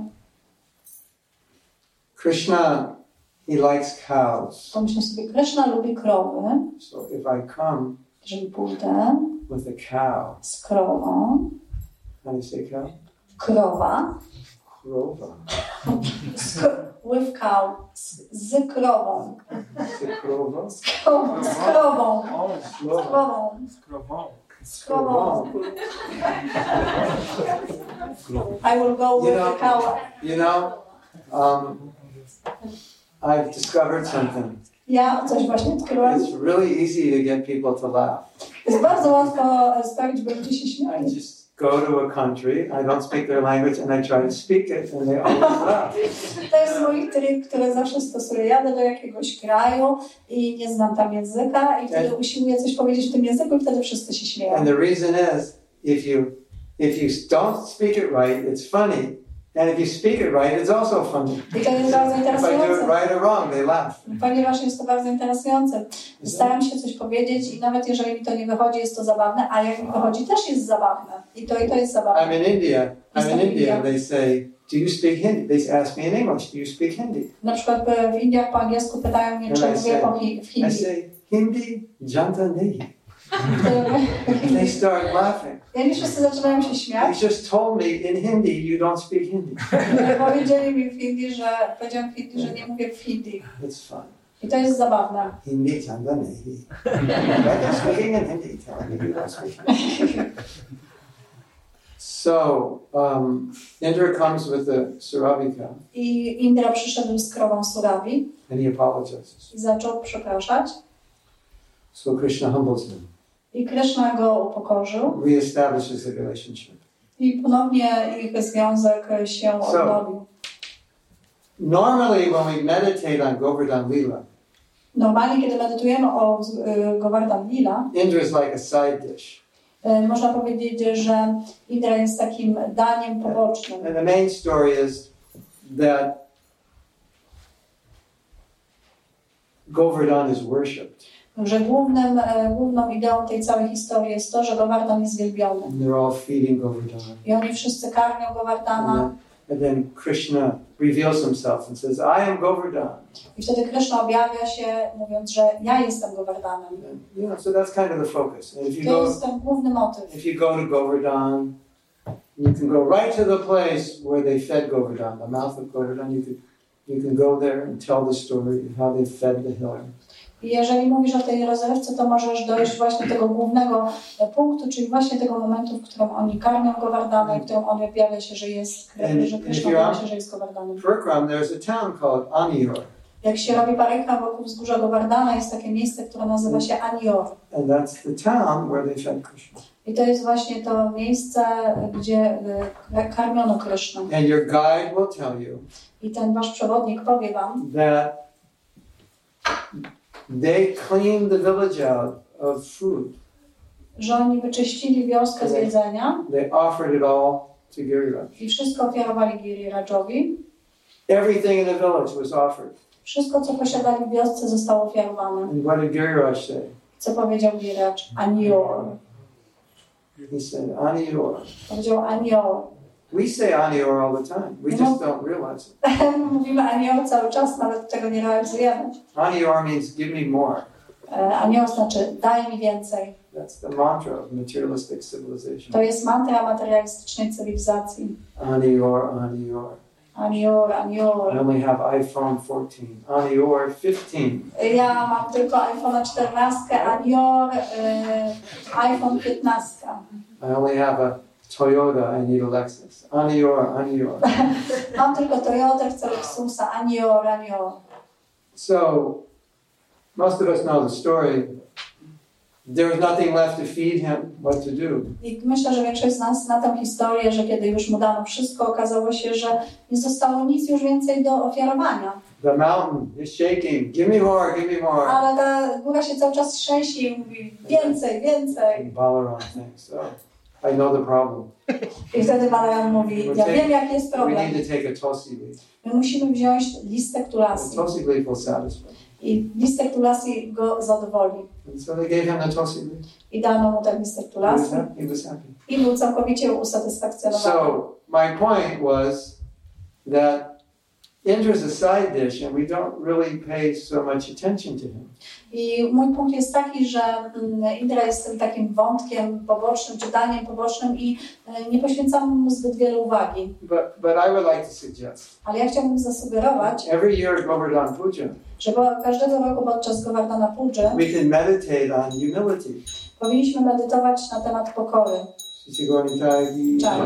Krishna, he likes cows. pomyślał sobie, Kryszna lubi krowy, So if I come jeżeli pójdę with a cow, z krową, how do you say cow? krowa, Krova. z, with cow, z, z krową, Is krova? z krową, z krową, z Krova. krową, z krową. I will go with the cow. You know, um, I've discovered something. Ja coś właśnie odkryłam. It's really easy to get people to laugh. Jest bardzo łatwo sprawić, by ludzie się I śmiali. just go to a country, I don't speak their language, and I try to speak it, and they always laugh. To jest mój trik, który zawsze stosuję. Jadę do jakiegoś kraju i nie znam tam języka i wtedy usiłuję coś powiedzieć w tym języku i wtedy wszyscy się śmieją. And the reason is, if you if you don't speak it right, it's funny. And if you speak it right, it's also funny. I to jest bardzo If I do it interesujące, right or wrong, they laugh. ponieważ jest to bardzo interesujące. Staram się coś powiedzieć i nawet jeżeli mi to nie wychodzi, jest to zabawne, a jak mi wychodzi, też jest zabawne. I to i to jest I'm zabawne. in India. I'm in India. India. They say, "Do you speak Hindi?" They ask me in English, "Do you speak Hindi?" Na przykład w Indiach po angielsku pytają mnie, czy mówię po hi- w I hindi. say, "Hindi, janta nahi." Wtedy- They start laughing. I oni wszyscy zaczynają się They śmiać. just told me in Hindi, you don't speak Hindi. Powiedzieli mi w hindi, że powiedziałem w hindi, że nie mówię w hindi. It's fun. I to jest zabawne. Hindi, janta nahi. Like I'm speaking in Hindi, telling me you don't speak Hindi. So, um, Indra comes with the Suravika, I Indra przyszedł z krową Suravi and he apologizes. i zaczął przepraszać. So Krishna humbles him, I Kryszna go upokorzył reestablishes the relationship. I ponownie ich związek się odnowił. Normally when we meditate on Govardhan Lila, Normalnie, kiedy medytujemy o y, Govardhan Lila, Indra is like a side dish. y, można powiedzieć, że Indra jest takim daniem pobocznym. And the main story is that Govardhan is worshipped. Że głównym, e, główną ideą tej całej historii jest to, że Govardhan jest wielbiony. And they're all feeding Govardhan. I oni wszyscy karmią Govardhana. And then, and then Krishna reveals himself and says, I am Govardhan. I wtedy Krishna objawia się, mówiąc, że ja jestem Govardhanem. And, you know, so that's kind of the focus. And if you To go, jest ten główny motyw. if you go to Govardhan, you can go right to the place where they fed Govardhan, the mouth of Govardhan. You can, you can go there and tell the story of how they fed the hill. I jeżeli mówisz o tej rozrywce, to możesz dojść właśnie do tego głównego punktu, czyli właśnie tego momentu, w którym oni karmią Govardhana i w którym on objawia się, że jest, że Krishna objawia się, że jest Govardhanem. Parikram, there's a town called Anior. Jak się robi parikram wokół wzgórza Govardhana, jest takie miejsce, które nazywa się Anior. And that's the town where they fed Krishna. I to jest właśnie to miejsce, gdzie e, karmiono Krishnę. And your guide will tell you I ten wasz przewodnik powie wam, that they cleaned the village out of food. że oni wyczyścili wioskę z jedzenia They offered it all to Giriraj. i wszystko ofiarowali Girirajowi. Everything in the village was offered. Wszystko, co posiadali w wiosce, zostało ofiarowane. And what did Giriraj say? Co powiedział Giriraj? Anior. He said, Anior. Powiedział Anior. We say Anior all the time. We just don't realize it. Mówimy Anior cały czas, nawet tego nie realizujemy. Anior means give me more. E, Anior znaczy daj mi więcej. That's the mantra of materialistic civilization. To jest mantra materialistycznej cywilizacji. Anior, Anior. Anior, I Anior. only have iPhone fourteen. Anior fifteen. Ja mam tylko iPhone czternaście, Anior, e, iPhone piętnaście. I only have a Toyota, I need a Lexus. Anior, Anior. Mam tylko Toyotę, chcę Lexusa, Anior, Anior. So, most of us know the story. There was nothing left to feed him, what to do. I myślę, że większość z nas zna tę historię, że kiedy już mu dano wszystko, okazało się, że nie zostało nic już więcej do ofiarowania. The mountain is shaking. Give me more, give me more. Ale ta góra się cały czas trzęsie i mówi więcej, więcej. And Balaram thinks, oh, I know the problem. I wtedy Balaram mówi, ja wiem jaki jest We problem. need to take a Tulsi leaf. My musimy wziąć listek The tulasi. Tulsi leaf will satisfy. I listek tulasi go zadowoli. And so they gave him the Tulsi leaf. I dano mu ten listek He was tulasi. happy. He was happy. I był całkowicie usatysfakcjonowany. So my point was that Indra's a side dish, and we don't really pay so much attention to him. I mój punkt jest taki, że mm, Indra jest tym takim wątkiem pobocznym, czy daniem pobocznym i e, nie poświęcamy mu zbyt wiele uwagi. But but I would like to suggest Ale ja chciałbym zasugerować, every year Govardhan Puja, że bo- każdego roku podczas Govardhana Pudży we can meditate on humility. powinniśmy medytować na temat pokory. Shri Gauranitai Jai.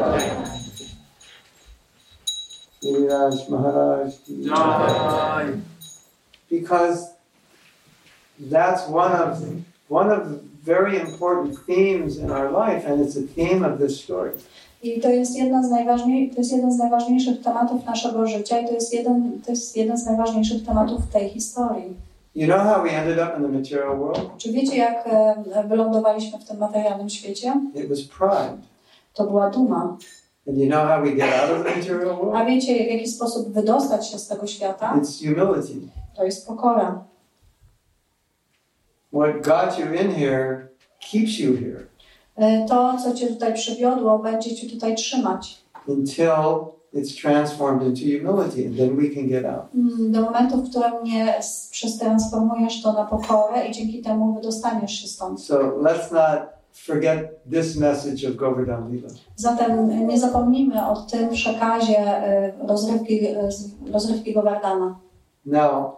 Giriraj Maharaj ki Jai. because that's one of one of the very important themes in our life, and it's a theme of this story. I to jest, jedna z najważniej, to jest jeden z najważniejszych tematów naszego życia i to jest jeden, to jest jeden z najważniejszych tematów tej historii. You know how we ended up in the material world? Czy wiecie, jak e, wylądowaliśmy w tym materialnym świecie? It was pride. To była duma. And you know how we get out of the material A world? wiecie, w jaki sposób wydostać się z tego świata? It's humility. To jest pokora. What got you in here keeps you here E, To, co cię tutaj przywiodło, będzie cię tutaj trzymać. until it's transformed into humility, and then we can get out. Mm, Do momentu, w którym nie s- przetransformujesz to na pokorę i dzięki temu wydostaniesz się stąd. So let's not forget this message of Govardhan Lila. Zatem nie zapomnijmy o tym przekazie e, rozrywki, e, z- rozrywki Govardhana. Now,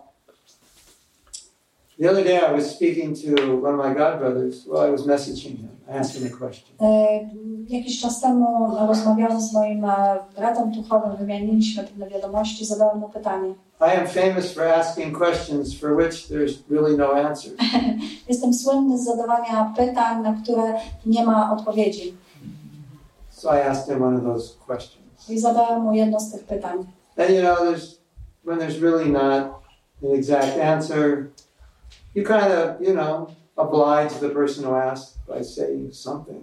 the other day I was speaking to one of my godbrothers. Well, I was messaging him, asking a question. E, Jakiś czas temu rozmawiałam z moim e, bratem duchowym, wymieniliśmy pewne wiadomości, zadałam mu pytanie. I am famous for asking questions for which there's really no answer. Jestem słynny z zadawania pytań, na które nie ma odpowiedzi. So I asked him one of those questions. I zadałem mu jedno z tych pytań. And you know, there's when there's really not an exact answer, you kind of, you know, oblige the person who asked by saying something.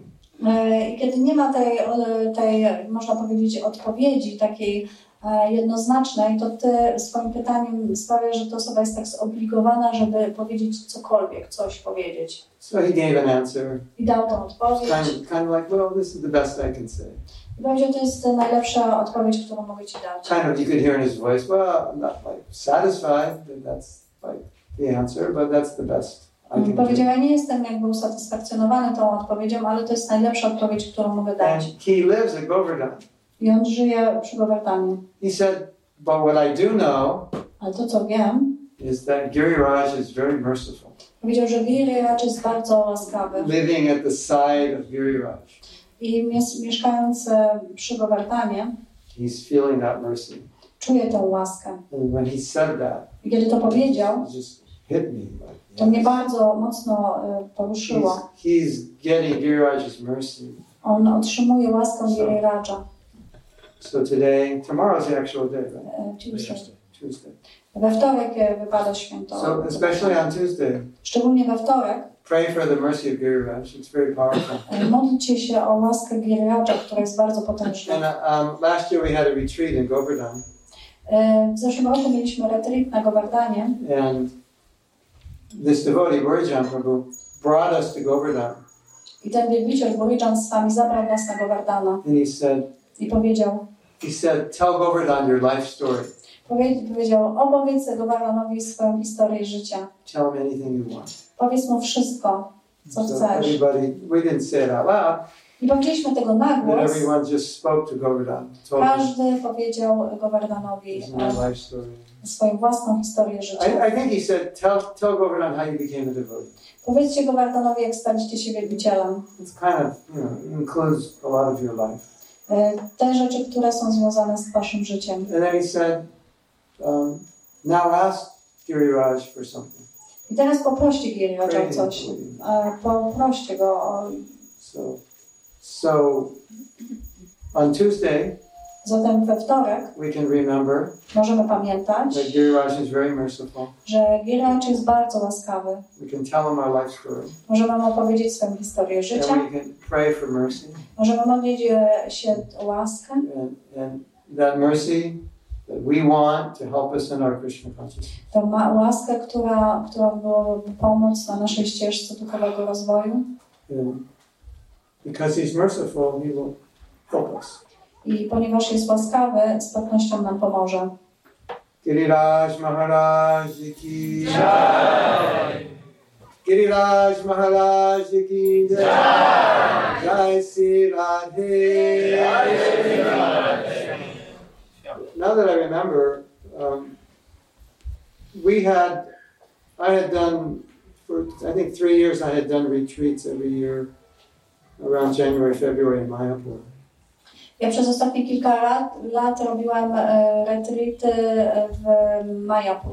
I kiedy nie ma tej, tej, można powiedzieć, odpowiedzi takiej jednoznacznej, to ty swoim pytaniem sprawiasz, że ta osoba jest tak zobligowana, żeby powiedzieć cokolwiek, coś powiedzieć. So he gave an answer. I dał tą odpowiedź. Kind of, kind of like, well, this is the best I can say. I powiedział, to jest najlepsza odpowiedź, którą mogę ci dać. Kind of, you could hear in his voice, well, I'm not like satisfied that that's like the answer, but that's the best I can Powiedział, do. ja nie jestem jakby usatysfakcjonowany tą odpowiedzią, ale to jest najlepsza odpowiedź, którą mogę And dać. he lives at Govardhan. I on żyje przy Govardhanie. He said, but what I do know Ale to, co wiem, is that Giriraj is very merciful. powiedział, że Giriraj jest bardzo łaskawy. Living at the side of Giriraj, I mies- mieszkając e, przy Govardhanie, he's feeling that mercy. czuje tę łaskę. And when he said that, I kiedy to powiedział, it just hit me. Like, to mnie yes. bardzo mocno e, poruszyło. He's, he's getting Giriraj's mercy. On otrzymuje łaskę So- Giriraja. So today, tomorrow's the actual day, right? E, Tuesday. Tuesday. We wtorek e, wypada święto. So especially on Tuesday, Szczególnie we wtorek pray for the mercy of Giriraj. It's very powerful. e, modlcie się o łaskę Giriraja, która jest bardzo potężna. And um, last year we had a retreat in Govardhan, E, W zeszłym roku mieliśmy retreat na Govardhanie and this devotee, Burijan Prabhu, brought us to Govardhan, i ten wielbiciel Burijan z nami zabrał nas na Govardhana and he said, i powiedział, he said, tell Govardhan your life story. powie- powiedział, opowiedz Govardhanowi swoją historię życia. Tell him anything you want. Powiedz mu wszystko, co So chcesz. everybody, we didn't say it out loud, Nie powiedzieliśmy tego na but głos. everyone just spoke to Govardhan, told him Każdy powiedział Govardhanowi his my e, life story. swoją własną historię życia. I, I think he said, tell, tell Govardhan how you became a devotee. Powiedzcie Govardhanowi, jak staliście się wielbicielem. It's kind of, you know, includes a lot of your life. E, Te rzeczy, które są związane z waszym życiem. And then he said, um, now ask Giriraj for something. I teraz poproście Giriraja o Pray coś. for you. E, Poproście go o... So, so on Tuesday, Zatem we wtorek we can remember możemy pamiętać, that Giriraj is very merciful. że Giriraj jest bardzo łaskawy. We can tell him our life story. Możemy mu opowiedzieć swoją historię życia. And we can pray for mercy. Możemy modlić e, się o łaskę. And, and that mercy that we want to help us in our Krishna consciousness. Tę ma- łaskę, która, która byłaby pomoc na naszej ścieżce duchowego rozwoju. And because he's merciful, he will help us. I ponieważ jest łaskawy, z pewnością nam pomoże. Giriraj Maharaj ki jai. Giriraj Maharaj ki jai. Jai Sri Radhe. Now that I remember, um, we had, I had done, for I think three years, I had done retreats every year around January, February in Mayapur. Ja przez ostatnie kilka lat, lat robiłam e, retreaty w Mayapur.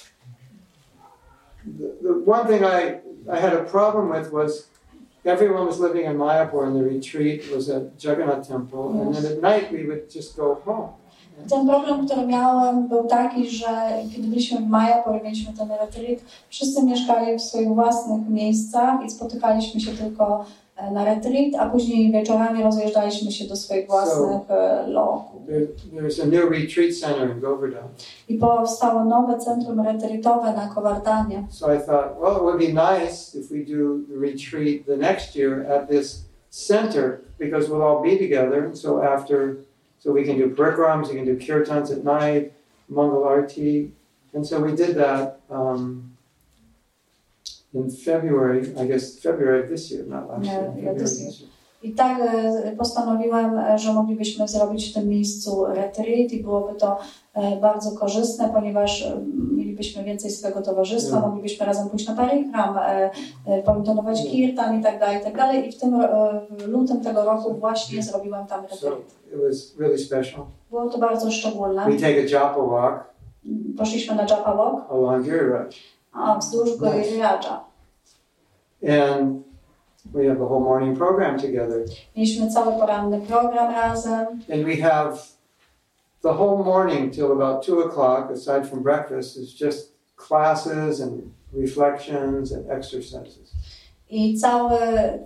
The, the one thing I, I had a problem with was everyone was living in Mayapur and the retreat was at Jagannath Temple, Yes. and then at night we would just go home. Ten problem, który miałem, był taki, że kiedy byliśmy w Mayapur, mieliśmy ten retreat, wszyscy mieszkali w swoich własnych miejscach i spotykaliśmy się tylko e, na retreat, a później wieczorami rozjeżdżaliśmy się do swoich własnych e, loków. There, there's a new retreat center in Govardhan. I powstało nowe centrum retreatowe na Govardhanie. So I thought, well, it would be nice if we do the retreat the next year at this center, because we'll all be together. And so after, so we can do parikrams, we can do kirtans at night, Mangal Arti. And so we did that um, in February, I guess February of this year, not last Yeah, year. yeah, February this of year. this year. I tak e, postanowiłem, e, że moglibyśmy zrobić w tym miejscu retreat i byłoby to e, bardzo korzystne, ponieważ e, mielibyśmy więcej swojego towarzystwa, Yeah. moglibyśmy razem pójść na parikram, e, e, pointonować Yeah. kirtan i tak dalej, i tak dalej. I w tym e, w lutym tego roku właśnie zrobiłam tam So retreat. it was really special. Było to bardzo szczególne. We take a japa walk Poszliśmy na Japa Walk, along Giriraj. a wzdłuż Nice. Giriraja. And We have a whole morning program together. Mieliśmy cały poranny program razem. And we have the whole morning till about two o'clock, aside from breakfast, is just classes and reflections and exercises. I cały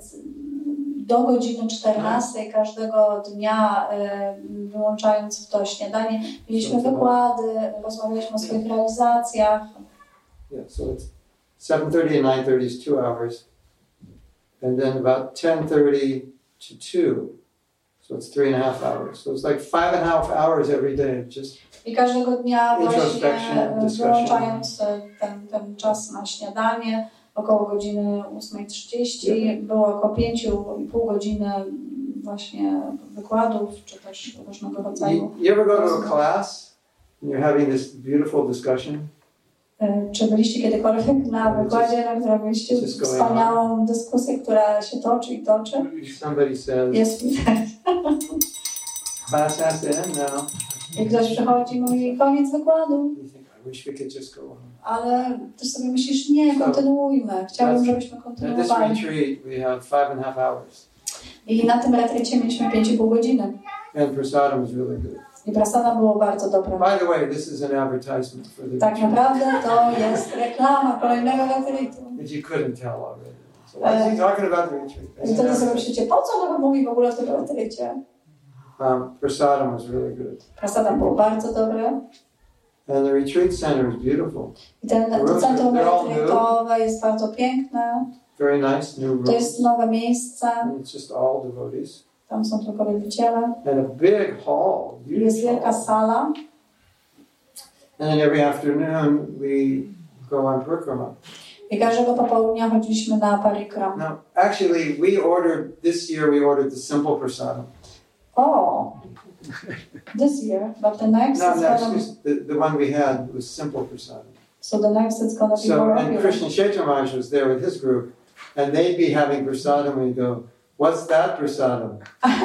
do godziny czternastej każdego dnia, wyłączając w to śniadanie, mieliśmy wykłady, rozmawialiśmy o swoich realizacjach. Yeah, so it's seven thirty and nine thirty is two hours. And then about ten thirty to two. So it's three and a half hours. So it's like five and a half hours every day. Just I każdego dnia właśnie wyłączając ten, ten czas na śniadanie, około godziny ósmej trzydzieści, yeah. było około pięciu i pół godziny właśnie wykładów, czy też różnego rodzaju. You, you ever go to a class and you're having this beautiful discussion? Czy byliście kiedykolwiek na wykładzie, na którym mieliście wspaniałą dyskusję, która się toczy i toczy? Somebody says, jest widać. Class has to end now. I ktoś przychodzi i mówi, koniec wykładu. I wish we could just go on. Ale ty sobie myślisz, nie, kontynuujmy. Chciałbym, żebyśmy kontynuowali. At this retreat we have five and a half hours. I na tym retrycie mieliśmy pięć i pół godziny. And prasadam was really good. I prasada było bardzo dobre. By the way, this is an advertisement for the tak retreat. naprawdę to jest reklama kolejnego retrytu. But you couldn't tell already. So why is he talking about the retreat? I wtedy sobie myślicie, po co on mówi w ogóle o tym retrycie? Um, prasadam was really good. Prasada było bardzo dobre. And the retreat center is beautiful. I ten to centrum retrytowe jest bardzo piękne. Very nice, new room. To jest nowe miejsce. And it's just all devotees. Tam są tylko wielbiciele. And a big hall. Jest wielka sala. And then every afternoon we go on parikrama. I każdego popołudnia chodziliśmy na parikram. Now, actually, we ordered this year. We ordered the simple prasadam. Oh, this year, but the next No, is no, gonna excuse, the, the one we had was simple prasadam. So the next it's gonna be So, more and regular. Krishna Chaitanya Maharaj was there with his group, and they'd be having prasadam, and we'd go, "What's that prasadam?"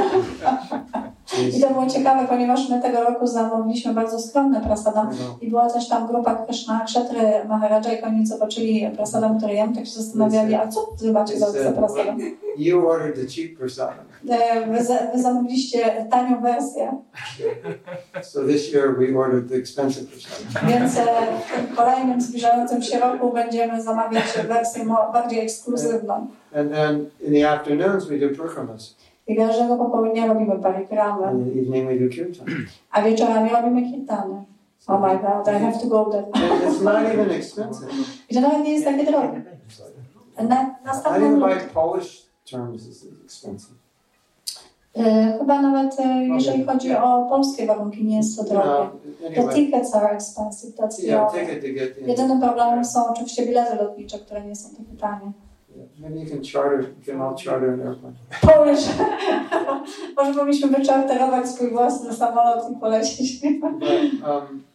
I to było ciekawe, ponieważ my tego roku zamówiliśmy bardzo skromne prasadam i była też tam grupa Krishna Kshetry Maharaja i oni zobaczyli prasadam, które jem, tak się zastanawiali, a co wy macie za, za prasadam? You ordered the cheap prasadam. Wy, za, wy zamówiliście tanią wersję. So this year we ordered the expensive prasadam. Więc w tym kolejnym zbliżającym się roku będziemy zamawiać wersję bardziej ekskluzywną. And then in the afternoons we do parikramas. I każdego popołudnia robimy parikramy. In the evening we do kirtan. A wieczorami robimy kirtany. Oh my God, I have to go there. And it's not even expensive. I to nawet nie jest takie drogie. Na, I didn't buy Polish terms is expensive. Y, chyba nawet y, jeżeli chodzi o polskie warunki, nie jest to drogie. No, The anyway, tickets are expensive, that's the yeah, only. ticket to get in. Jedynym problemem są oczywiście bilety lotnicze, które nie są takie tanie. Yeah, maybe you can charter, you can all charter an airplane. Polish. Może powinniśmy wyczarterować swój własny samolot i polecieć. But, um,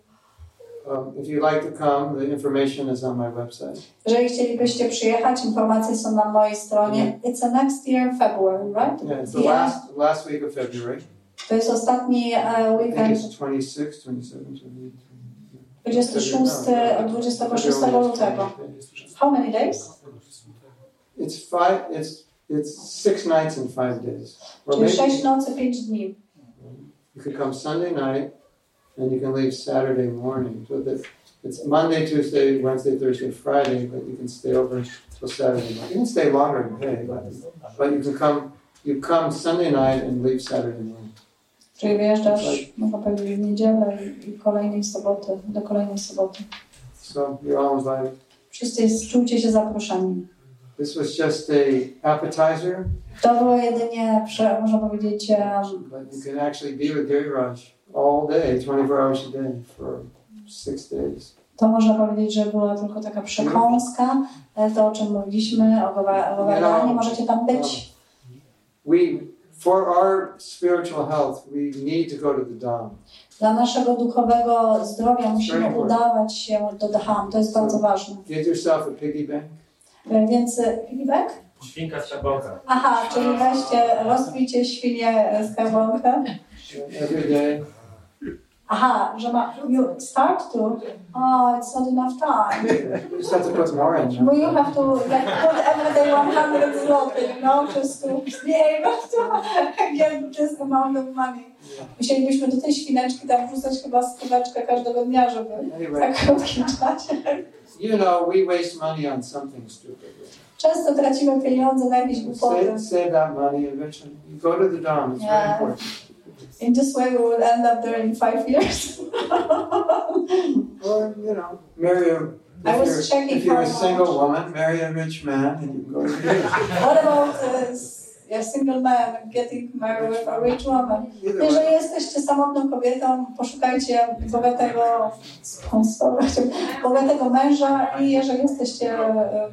um, if you'd like to come, the information is on my website. Jeżeli chcielibyście przyjechać, informacje są na mojej stronie. It's the next year, February, right? Yeah, it's the last last week of February. To jest ostatni uh, I think weekend. it's twenty-six, twenty-seven, twenty-eight. dwudziestego szóstego do dwudziestego szóstego lutego. How many days? It's five. It's it's six nights and five days. Or Czyli maybe sześć nocy, pięć dni. you could come Sunday night, and you can leave Saturday morning. So that it's Monday, Tuesday, Wednesday, Thursday, Friday, but you can stay over till Saturday night. You can stay longer and pay, but, but you can come. You come Sunday night and leave Saturday morning. Czyli wyjeżdżasz, można powiedzieć, w niedzielę i, i kolejnej soboty, do kolejnej soboty. So you're all invited. Wszyscy jest, czujcie się zaproszeni. This was just a appetizer. To było jedynie, prze, można powiedzieć, um, But you can actually be with Giri Raj all day, twenty-four hours a day for six days. to można powiedzieć, że była tylko taka przekąska, to o czym mówiliśmy, o Govardhanie, możecie tam być. We, for our spiritual health, we need to go to the Dham. Dla naszego duchowego zdrowia musimy udawać się do Dham, to jest bardzo ważne. Get yourself a piggy bank. Więc piggyback? Świnka skarbonka. Aha, czyli weźcie, rozbijcie świnię skarbonkę. Every day, Aha, że ma, you start to, oh, it's not enough time. You just have to put more in. Well, you have to like put every day one hundred zloty, you know, just to be able to get this amount of money. Musielibyśmy do tej świneczki tam wrzucać chyba stóweczkę każdego dnia, żeby w tak krótkim czasie. You know, we waste money on something stupid. Często tracimy pieniądze na jakieś głupoty. Save, save that money and eventually you go to the dom. It's Yeah. very important. In this way we will end up there in five years. Or, you know, marry a, I if was you're, checking if you're a how single much. woman, marry a rich man and you can go to the dom. What about uh, a single man getting married with a rich woman? Jeżeli jesteście samotną kobietą, poszukajcie bogatego sponsora, bogatego męża i jeżeli jesteście e,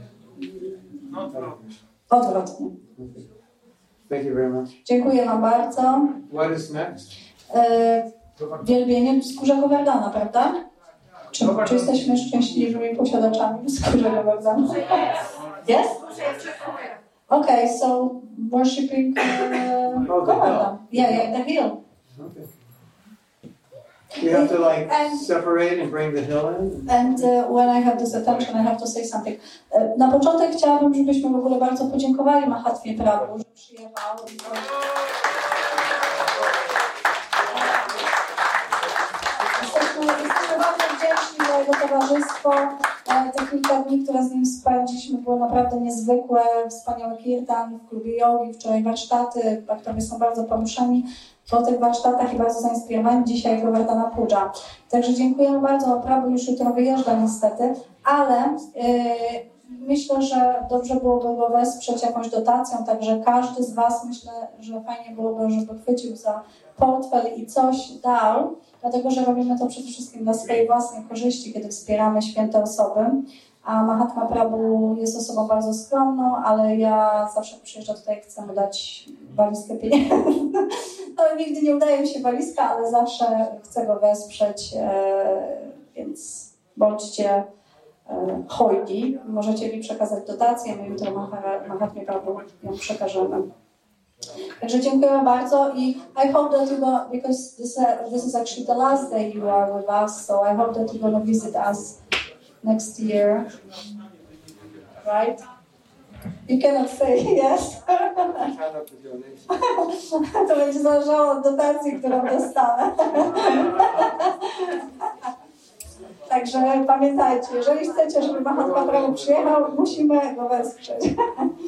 odwrotnie. Thank you very much. Dziękuję wam bardzo. What is next? E, wielbienie Wzgórza Govardhana, prawda? Czy, czy jesteśmy szczęśliwymi posiadaczami Wzgórza Govardhana? Yes? Okay, so worshipping uh, Oh, the Govardhan. Yeah, yeah, the hill. Okay. You have to like And- separate and bring the hill in? And uh, when I have this attention, I have to say something. E, Na początek chciałabym, żebyśmy w ogóle bardzo podziękowali Mahatmie Prabhu, że przyjechał. Jesteśmy, jesteśmy bardzo wdzięczni za jego towarzystwo. E, Te kilka dni, które z nim spędziliśmy, było naprawdę niezwykłe. Wspaniały kirtan w klubie jogi, wczoraj warsztaty. Baktowie są bardzo poruszeni po tych warsztatach i bardzo zainspirowani. Dzisiaj Govardhana Puja. Także dziękujemy bardzo. Prabhu już jutro wyjeżdża niestety, ale yy, myślę, że dobrze byłoby go wesprzeć jakąś dotacją, także każdy z was, myślę, że fajnie byłoby, żeby chwycił za portfel i coś dał, dlatego że robimy to przede wszystkim dla swojej własnej korzyści, kiedy wspieramy święte osoby. A Mahatma Prabhu jest osobą bardzo skromną, ale ja zawsze jak przyjeżdża tutaj, chcę mu dać walizkę pieniędzy. No nigdy nie udaje mi się walizka, ale zawsze chcę go wesprzeć, e, więc bądźcie e, hojni. Możecie mi przekazać dotację, my jutro Mahara- Mahatmie Prabhu ją przekażemy. Także dziękuję bardzo i I hope that you go, because this, uh, this is actually the last day you are with us, so I hope that you're going to visit us next year, right? You cannot say yes. To będzie zależało od dotacji, którą dostanę. Także pamiętajcie, jeżeli chcecie, żeby Mahatma Prabhu przyjechał, musimy go wesprzeć.